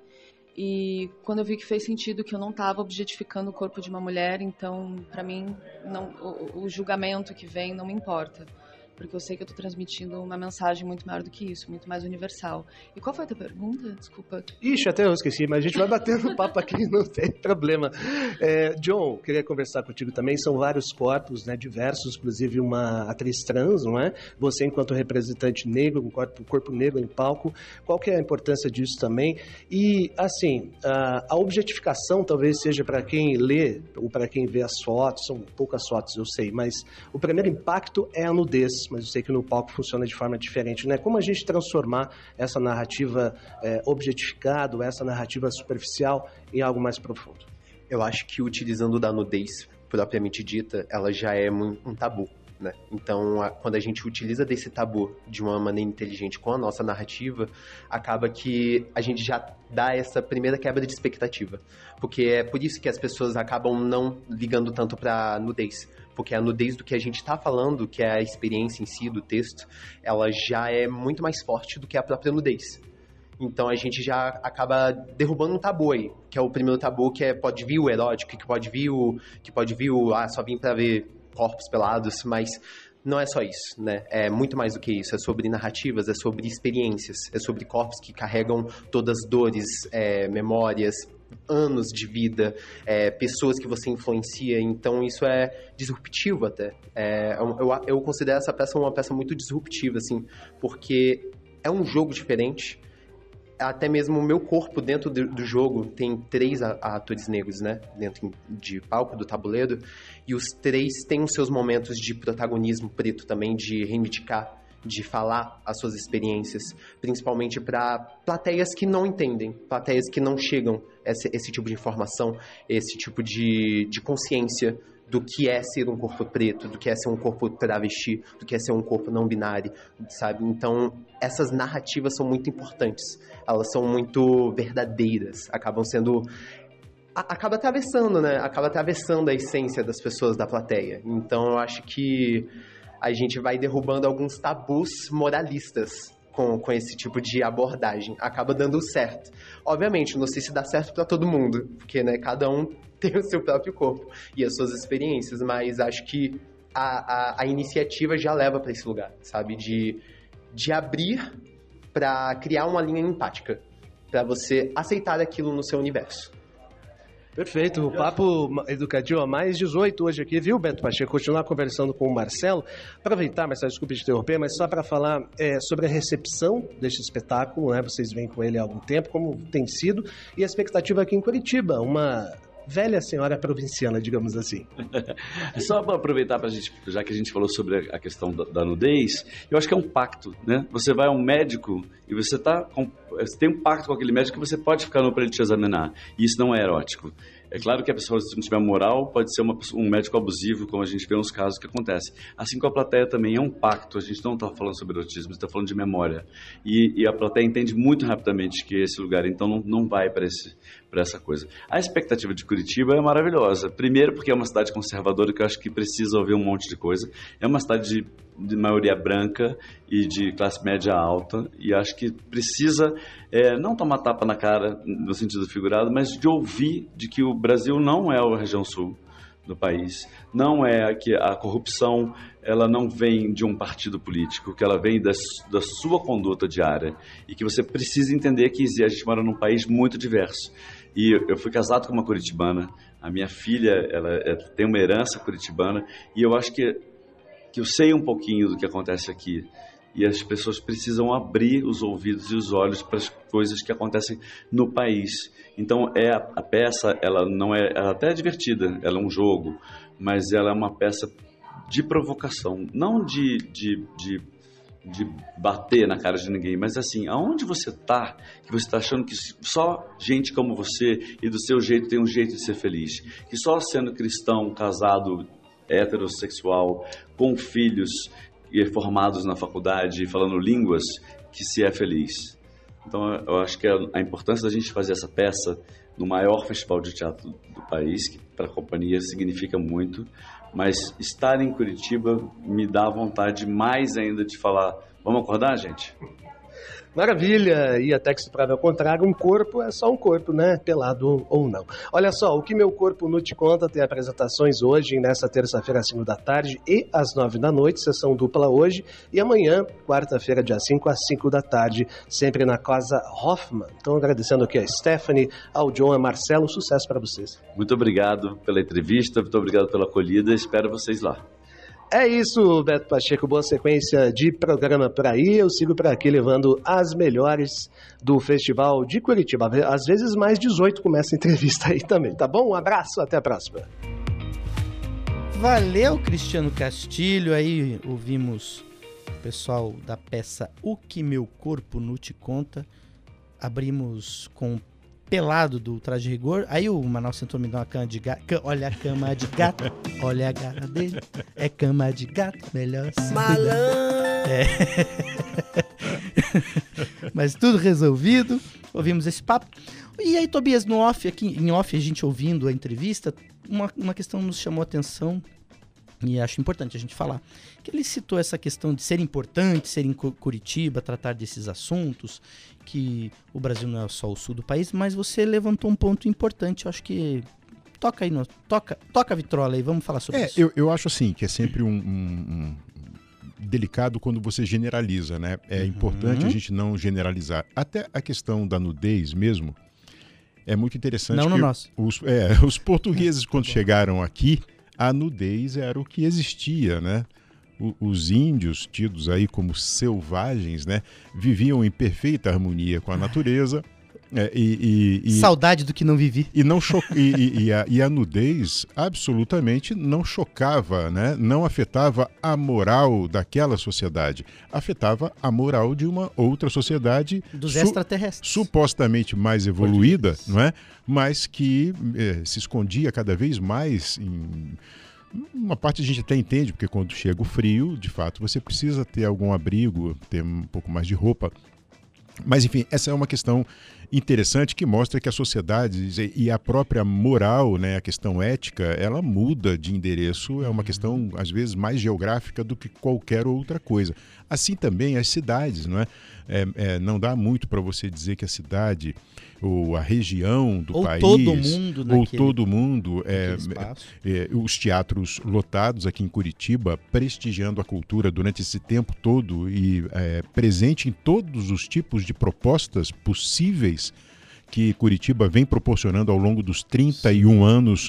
E quando eu vi que fez sentido, que eu não estava objetificando o corpo de uma mulher, então, para mim, não, o, o julgamento que vem não me importa. Porque eu sei que eu estou transmitindo uma mensagem muito maior do que isso, muito mais universal. E qual foi a tua pergunta? Desculpa. Ixi, até eu esqueci, mas a gente vai batendo papo aqui, não tem problema. É, John, queria conversar contigo também. São vários corpos, né, diversos, inclusive uma atriz trans, não é? Você, enquanto representante negro, um corpo, um corpo negro em palco, qual que é a importância disso também? E, assim, a, a objetificação talvez seja para quem lê ou para quem vê as fotos, são poucas fotos, eu sei, mas o primeiro impacto é a nudez. Mas eu sei que no palco funciona de forma diferente, né? Como a gente transformar essa narrativa é, objetificada, essa narrativa superficial em algo mais profundo? Eu acho que utilizando da nudez propriamente dita, ela já é um, um tabu, né? Então, a, quando a gente utiliza desse tabu de uma maneira inteligente com a nossa narrativa, acaba que a gente já dá essa primeira quebra de expectativa. Porque é por isso que as pessoas acabam não ligando tanto pra nudez. Porque a nudez do que a gente está falando, que é a experiência em si do texto, ela já é muito mais forte do que a própria nudez. Então a gente já acaba derrubando um tabu aí, que é o primeiro tabu, que é pode vir o erótico, que pode vir o, que pode vir o, ah, só vim para ver corpos pelados, mas não é só isso, né? É muito mais do que isso. É sobre narrativas, é sobre experiências, é sobre corpos que carregam todas as dores, é, memórias, anos de vida, é, pessoas que você influencia, então isso é disruptivo até. É, eu, eu considero essa peça uma peça muito disruptiva, assim, porque é um jogo diferente. Até mesmo o meu corpo dentro do, do jogo tem três a, a atores negros, né? Dentro de palco, do tabuleiro, e os três têm os seus momentos de protagonismo preto também, de reivindicar, de falar as suas experiências, principalmente para plateias que não entendem, plateias que não chegam a esse, esse tipo de informação, esse tipo de, de consciência do que é ser um corpo preto, do que é ser um corpo travesti, do que é ser um corpo não binário, sabe? Então, essas narrativas são muito importantes, elas são muito verdadeiras, acabam sendo... acaba atravessando, né? Acaba atravessando a essência das pessoas da plateia. Então, eu acho que a gente vai derrubando alguns tabus moralistas com, com esse tipo de abordagem. Acaba dando certo. Obviamente, não sei se dá certo para todo mundo, porque, né, cada um tem o seu próprio corpo e as suas experiências, mas acho que a, a, a iniciativa já leva para esse lugar, sabe? De, de abrir para criar uma linha empática, para você aceitar aquilo no seu universo. Perfeito, o Papo Educativo a mais dezoito hoje aqui, viu, Beto Pacheco? Continuar conversando com o Marcelo. Aproveitar, Marcelo, desculpe te interromper, mas só para falar é, sobre a recepção deste espetáculo, né? Vocês vêm com ele há algum tempo, como tem sido, e a expectativa aqui em Curitiba, uma velha senhora provinciana, digamos assim. Só para aproveitar, pra gente, já que a gente falou sobre a questão da, da nudez, eu acho que é um pacto, né? Você vai a um médico e você, tá com, você tem um pacto com aquele médico que você pode ficar nu para ele te examinar. E isso não é erótico. É claro que a pessoa, se não tiver moral, pode ser uma, um médico abusivo, como a gente vê nos casos que acontecem. Assim como a plateia também é um pacto, a gente não está falando sobre autismo, está falando de memória. E, e a plateia entende muito rapidamente que é esse lugar, então não, não vai para essa coisa. A expectativa de Curitiba é maravilhosa. Primeiro porque é uma cidade conservadora que eu acho que precisa ouvir um monte de coisa. É uma cidade de, de maioria branca e de classe média alta, e acho que precisa é, não tomar tapa na cara, no sentido figurado, mas de ouvir de que o Brasil não é a região sul do país, não é que a corrupção ela não vem de um partido político, que ela vem da, da sua conduta diária, e que você precisa entender que a gente mora num país muito diverso. E eu fui casado com uma curitibana, a minha filha ela, ela tem uma herança curitibana, e eu acho que, que eu sei um pouquinho do que acontece aqui. E as pessoas precisam abrir os ouvidos e os olhos para as coisas que acontecem no país. Então, é a, a peça, ela não é, ela até é divertida, ela é um jogo, mas ela é uma peça de provocação, não de, de, de, de bater na cara de ninguém, mas assim, aonde você está, que você está achando que só gente como você e do seu jeito tem um jeito de ser feliz, que só sendo cristão, casado, heterossexual, com filhos e formados na faculdade, falando línguas, que se é feliz. Então, eu acho que a importância da gente fazer essa peça no maior festival de teatro do país, que para a companhia significa muito, mas estar em Curitiba me dá vontade mais ainda de falar, vamos acordar, gente? Maravilha! E até que se prove ao contrário, um corpo é só um corpo, né? Pelado ou não. Olha só, o que meu corpo não te conta tem apresentações hoje, nessa terça-feira às cinco da tarde e às nove da noite, sessão dupla hoje, e amanhã, quarta-feira, dia cinco, às cinco da tarde, sempre na Casa Hoffman. Então, agradecendo aqui a Stephanie, ao John e a Marcelo, sucesso para vocês. Muito obrigado pela entrevista, muito obrigado pela acolhida, espero vocês lá. É isso, Beto Pacheco, boa sequência de programa por aí, eu sigo por aqui levando as melhores do Festival de Curitiba, às vezes mais dezoito começa a entrevista aí também, tá bom? Um abraço, até a próxima. Valeu, Cristiano Castilho, aí ouvimos o pessoal da peça O Que Meu Corpo Não Te Conta, abrimos com Pelado do Traje Rigor, aí o Manaus tentou me dar uma cama de gato, olha a cama de gato, olha a garra dele, é cama de gato, melhor se cuidar. É. Mas tudo resolvido, ouvimos esse papo. E aí, Tobias, no off, aqui em off, a gente ouvindo a entrevista, uma, uma questão nos chamou a atenção e acho importante a gente falar, que ele citou essa questão de ser importante, ser em Curitiba, tratar desses assuntos, que o Brasil não é só o sul do país, mas você levantou um ponto importante, eu acho que toca aí, no, toca, toca a vitrola aí, vamos falar sobre é, isso. Eu, eu acho assim, que é sempre um, um, um delicado quando você generaliza, né? É uhum. importante a gente não generalizar. Até a questão da nudez mesmo, é muito interessante. Não que no nosso. Os, é, os portugueses, quando chegaram aqui, a nudez era o que existia, né? Os índios, tidos aí como selvagens, né, viviam em perfeita harmonia com a natureza. É, e, e, e, Saudade do que não vivi. E, não cho e, e, e, a, e a nudez absolutamente não chocava, né? Não afetava a moral daquela sociedade. Afetava a moral de uma outra sociedade. Dos su extraterrestres. Supostamente mais evoluída, não é? Mas que é, se escondia cada vez mais em... Uma parte a gente até entende, porque quando chega o frio, de fato, você precisa ter algum abrigo, ter um pouco mais de roupa. Mas, enfim, essa é uma questão interessante que mostra que a sociedade e a própria moral, né, a questão ética, ela muda de endereço, é uma questão, às vezes, mais geográfica do que qualquer outra coisa. Assim também as cidades, não é? É, é, não dá muito para você dizer que a cidade ou a região do ou país... todo mundo ou naquele, todo mundo é, é, os teatros lotados aqui em Curitiba, prestigiando a cultura durante esse tempo todo e é, presente em todos os tipos de propostas possíveis que Curitiba vem proporcionando ao longo dos trinta e um anos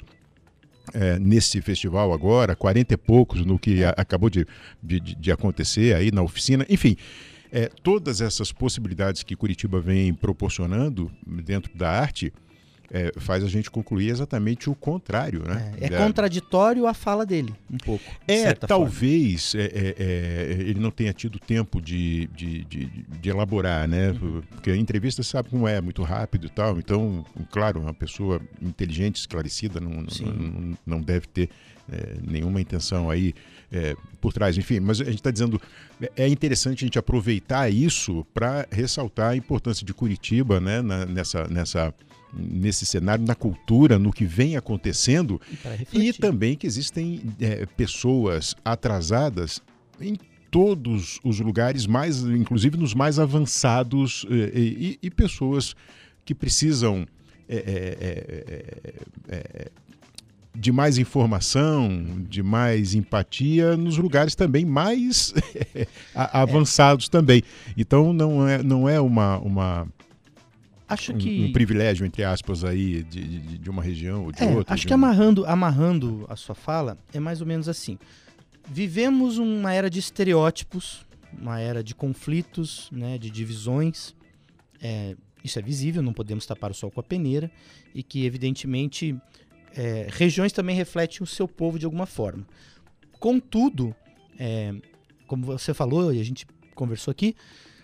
É, nesse festival agora, quarenta e poucos no que a, acabou de, de, de acontecer aí na oficina, enfim, é, todas essas possibilidades que Curitiba vem proporcionando dentro da arte é, faz a gente concluir exatamente o contrário, né? É, é da... contraditório a fala dele, um pouco. É, talvez é, é, é, ele não tenha tido tempo de, de, de, de elaborar, né? Uhum. Porque a entrevista sabe como é, muito rápido e tal. Então, claro, uma pessoa inteligente, esclarecida, não, não, não deve ter é, nenhuma intenção aí é, por trás. Enfim, mas a gente está dizendo, é interessante a gente aproveitar isso para ressaltar a importância de Curitiba, né? Na, nessa... nessa nesse cenário, na cultura, no que vem acontecendo, e, e também que existem é, pessoas atrasadas em todos os lugares, mais, inclusive nos mais avançados, é, e, e pessoas que precisam é, é, é, é, de mais informação, de mais empatia, nos lugares também mais avançados é. também. Então não é, não é uma... uma Acho um, que... um privilégio, entre aspas, aí de, de, de uma região ou de é, outra. Acho de que um... amarrando, amarrando a sua fala, é mais ou menos assim. Vivemos uma era de estereótipos, uma era de conflitos, né, de divisões. É, isso é visível, não podemos tapar o sol com a peneira. E que, evidentemente, é, regiões também refletem o seu povo de alguma forma. Contudo, é, como você falou e a gente conversou aqui,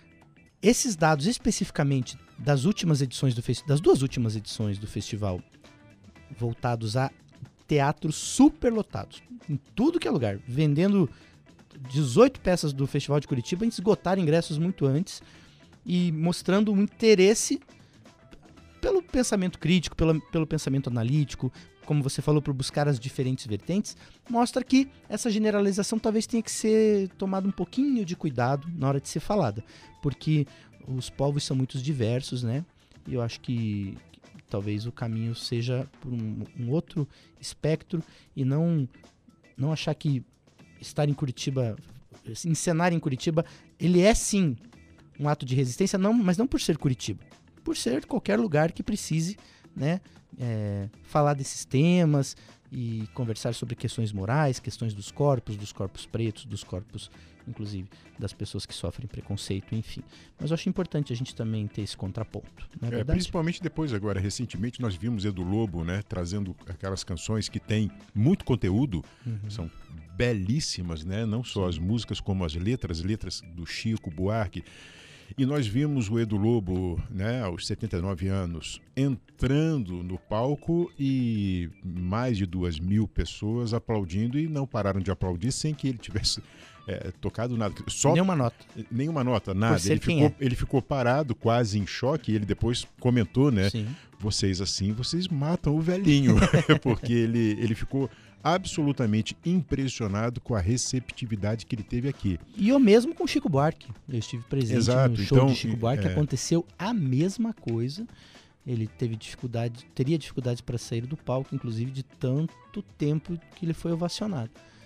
esses dados especificamente das últimas edições do das duas últimas edições do festival, voltados a teatros superlotados, em tudo que é lugar, vendendo dezoito peças do Festival de Curitiba, esgotaram ingressos muito antes e mostrando um interesse pelo pensamento crítico, pelo, pelo pensamento analítico, como você falou, por buscar as diferentes vertentes, mostra que essa generalização talvez tenha que ser tomada um pouquinho de cuidado na hora de ser falada, porque os povos são muito diversos, né? E eu acho que, que talvez o caminho seja por um, um outro espectro e não, não achar que estar em Curitiba, encenar em Curitiba, ele é sim um ato de resistência, não, mas não por ser Curitiba, por ser qualquer lugar que precise, né, é, falar desses temas e conversar sobre questões morais, questões dos corpos, dos corpos pretos, dos corpos, inclusive, das pessoas que sofrem preconceito, enfim. Mas eu acho importante a gente também ter esse contraponto, não é, é verdade? Principalmente depois agora, recentemente nós vimos Edu Lobo, né, trazendo aquelas canções que têm muito conteúdo, uhum. são belíssimas, né, não só as músicas como as letras, letras do Chico Buarque. E nós vimos o Edu Lobo, né, aos setenta e nove anos, entrando no palco e mais de duas mil pessoas aplaudindo e não pararam de aplaudir sem que ele tivesse é, tocado nada. Só, nenhuma nota. Nenhuma nota, nada. Ele ficou, é. ele ficou parado, quase em choque, e ele depois comentou, né? Sim. Vocês assim, vocês matam o velhinho, porque ele, ele ficou absolutamente impressionado com a receptividade que ele teve aqui. E eu mesmo com o Chico Buarque. Eu estive presente Exato. no show então, de Chico Buarque, é... aconteceu a mesma coisa. Ele teve dificuldade, teria dificuldades para sair do palco, inclusive de tanto tempo que ele foi ovacionado.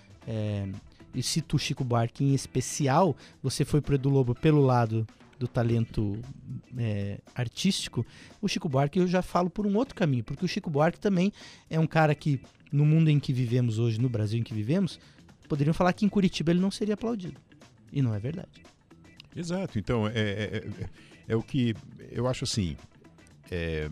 É, e cito o Chico Buarque em especial, você foi pro Edu Lobo pelo lado do talento é, artístico, o Chico Buarque eu já falo por um outro caminho, porque o Chico Buarque também é um cara que, no mundo em que vivemos hoje, no Brasil em que vivemos, poderiam falar que em Curitiba ele não seria aplaudido. E não é verdade. Exato. Então, é, é, é, é o que eu acho assim, é,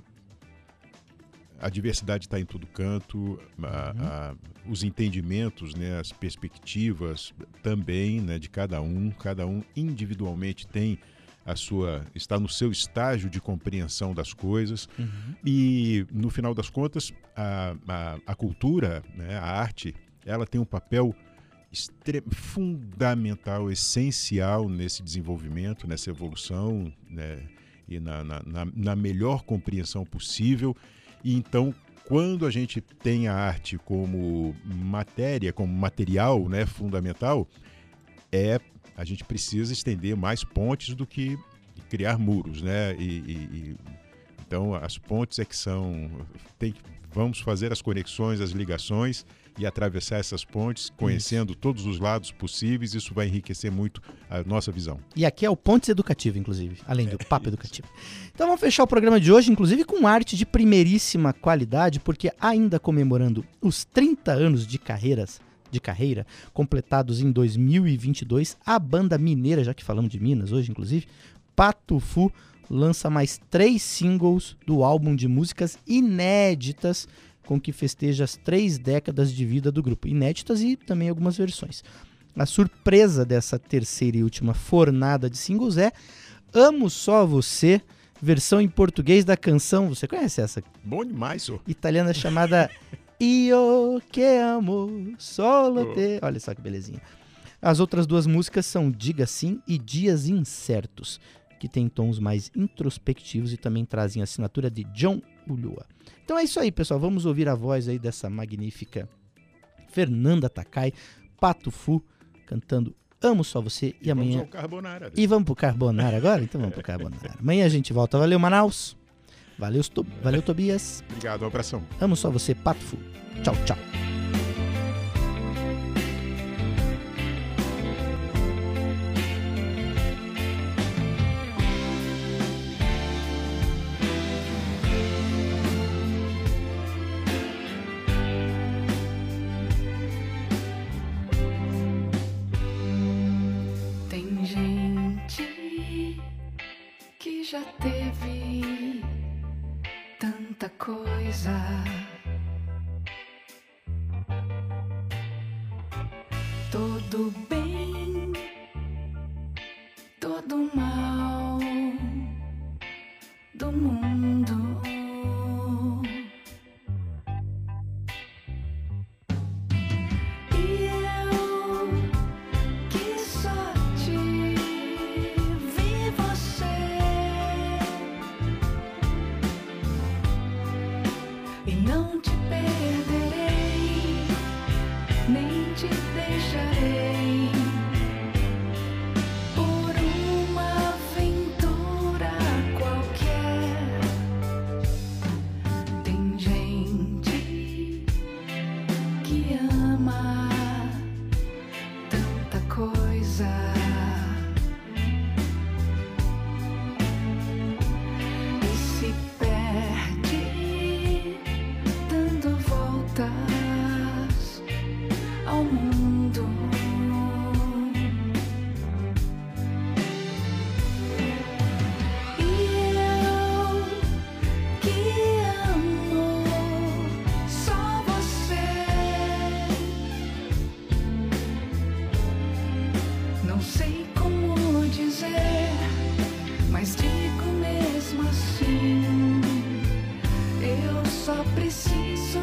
a diversidade está em todo canto, a, uhum. a, os entendimentos, né, as perspectivas também, né, de cada um, cada um individualmente tem a sua, está no seu estágio de compreensão das coisas, uhum. e no final das contas a, a, a cultura, né, a arte, ela tem um papel extre- fundamental, essencial nesse desenvolvimento, nessa evolução, né, e na, na, na, na melhor compreensão possível. E então, quando a gente tem a arte como matéria, como material, né, fundamental, é, a gente precisa estender mais pontes do que criar muros, né? E, e, e, então, as pontes é que são... Tem, vamos fazer as conexões, as ligações e atravessar essas pontes, conhecendo isso. todos os lados possíveis. Isso vai enriquecer muito a nossa visão. E aqui é o Pontes Educativo, inclusive, além do é, Papo isso. Educativo. Então vamos fechar o programa de hoje, inclusive com arte de primeiríssima qualidade, porque ainda comemorando os trinta anos de carreiras, de carreira, completados em dois mil e vinte e dois, a banda mineira, já que falamos de Minas hoje, inclusive, Pato Fu, lança mais três singles do álbum de músicas inéditas com que festeja as três décadas de vida do grupo. Inéditas e também algumas versões. A surpresa dessa terceira e última fornada de singles é Amo Só Você, versão em português da canção, você conhece essa? Bom demais, senhor. Italiana chamada Io che amo solo te. Olha só que belezinha. As outras duas músicas são Diga Sim e Dias Incertos, que tem tons mais introspectivos e também trazem a assinatura de John Ulloa. Então é isso aí, pessoal. Vamos ouvir a voz aí dessa magnífica Fernanda Takai, Pato Fu, cantando Amo Só Você. E, e amanhã... Vamos ao Carbonara. E vamos pro Carbonara agora? Então vamos pro Carbonara. Amanhã a gente volta. Valeu, Manaus. Valeu, to... Valeu Tobias. Obrigado, um abração. Amo Só Você, Pato Fu. Tchau, tchau. Já teve tanta coisa, todo bem, todo mal do mundo. E eu que só te vi você. Não te perderei, nem te deixarei por uma aventura qualquer. Tem gente que ama tanta coisa. E se perde dando voltas ao mundo. E eu que amo só você, não sei como dizer, mas digo mesmo assim. Eu só preciso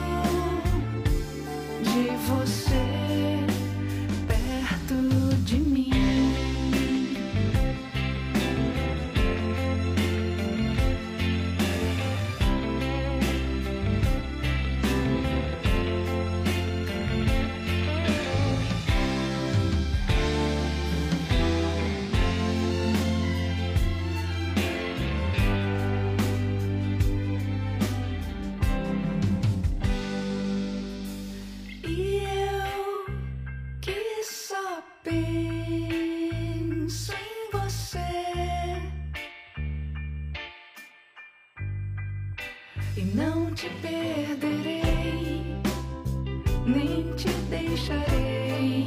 de você perto de mim. Penso em você e não te perderei, nem te deixarei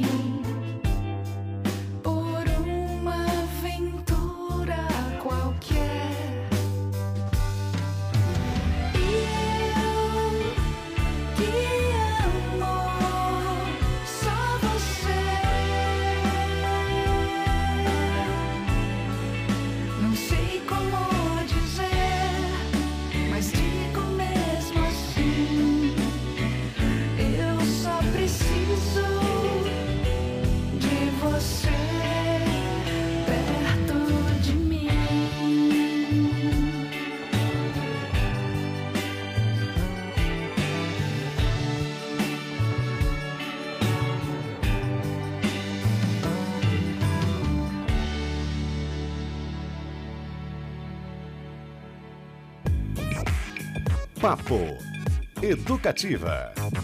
por uma aventura qualquer. E eu que amo só você. Não sei como dizer, mas digo mesmo assim. Eu só preciso de você perto de mim. Papo Educativa.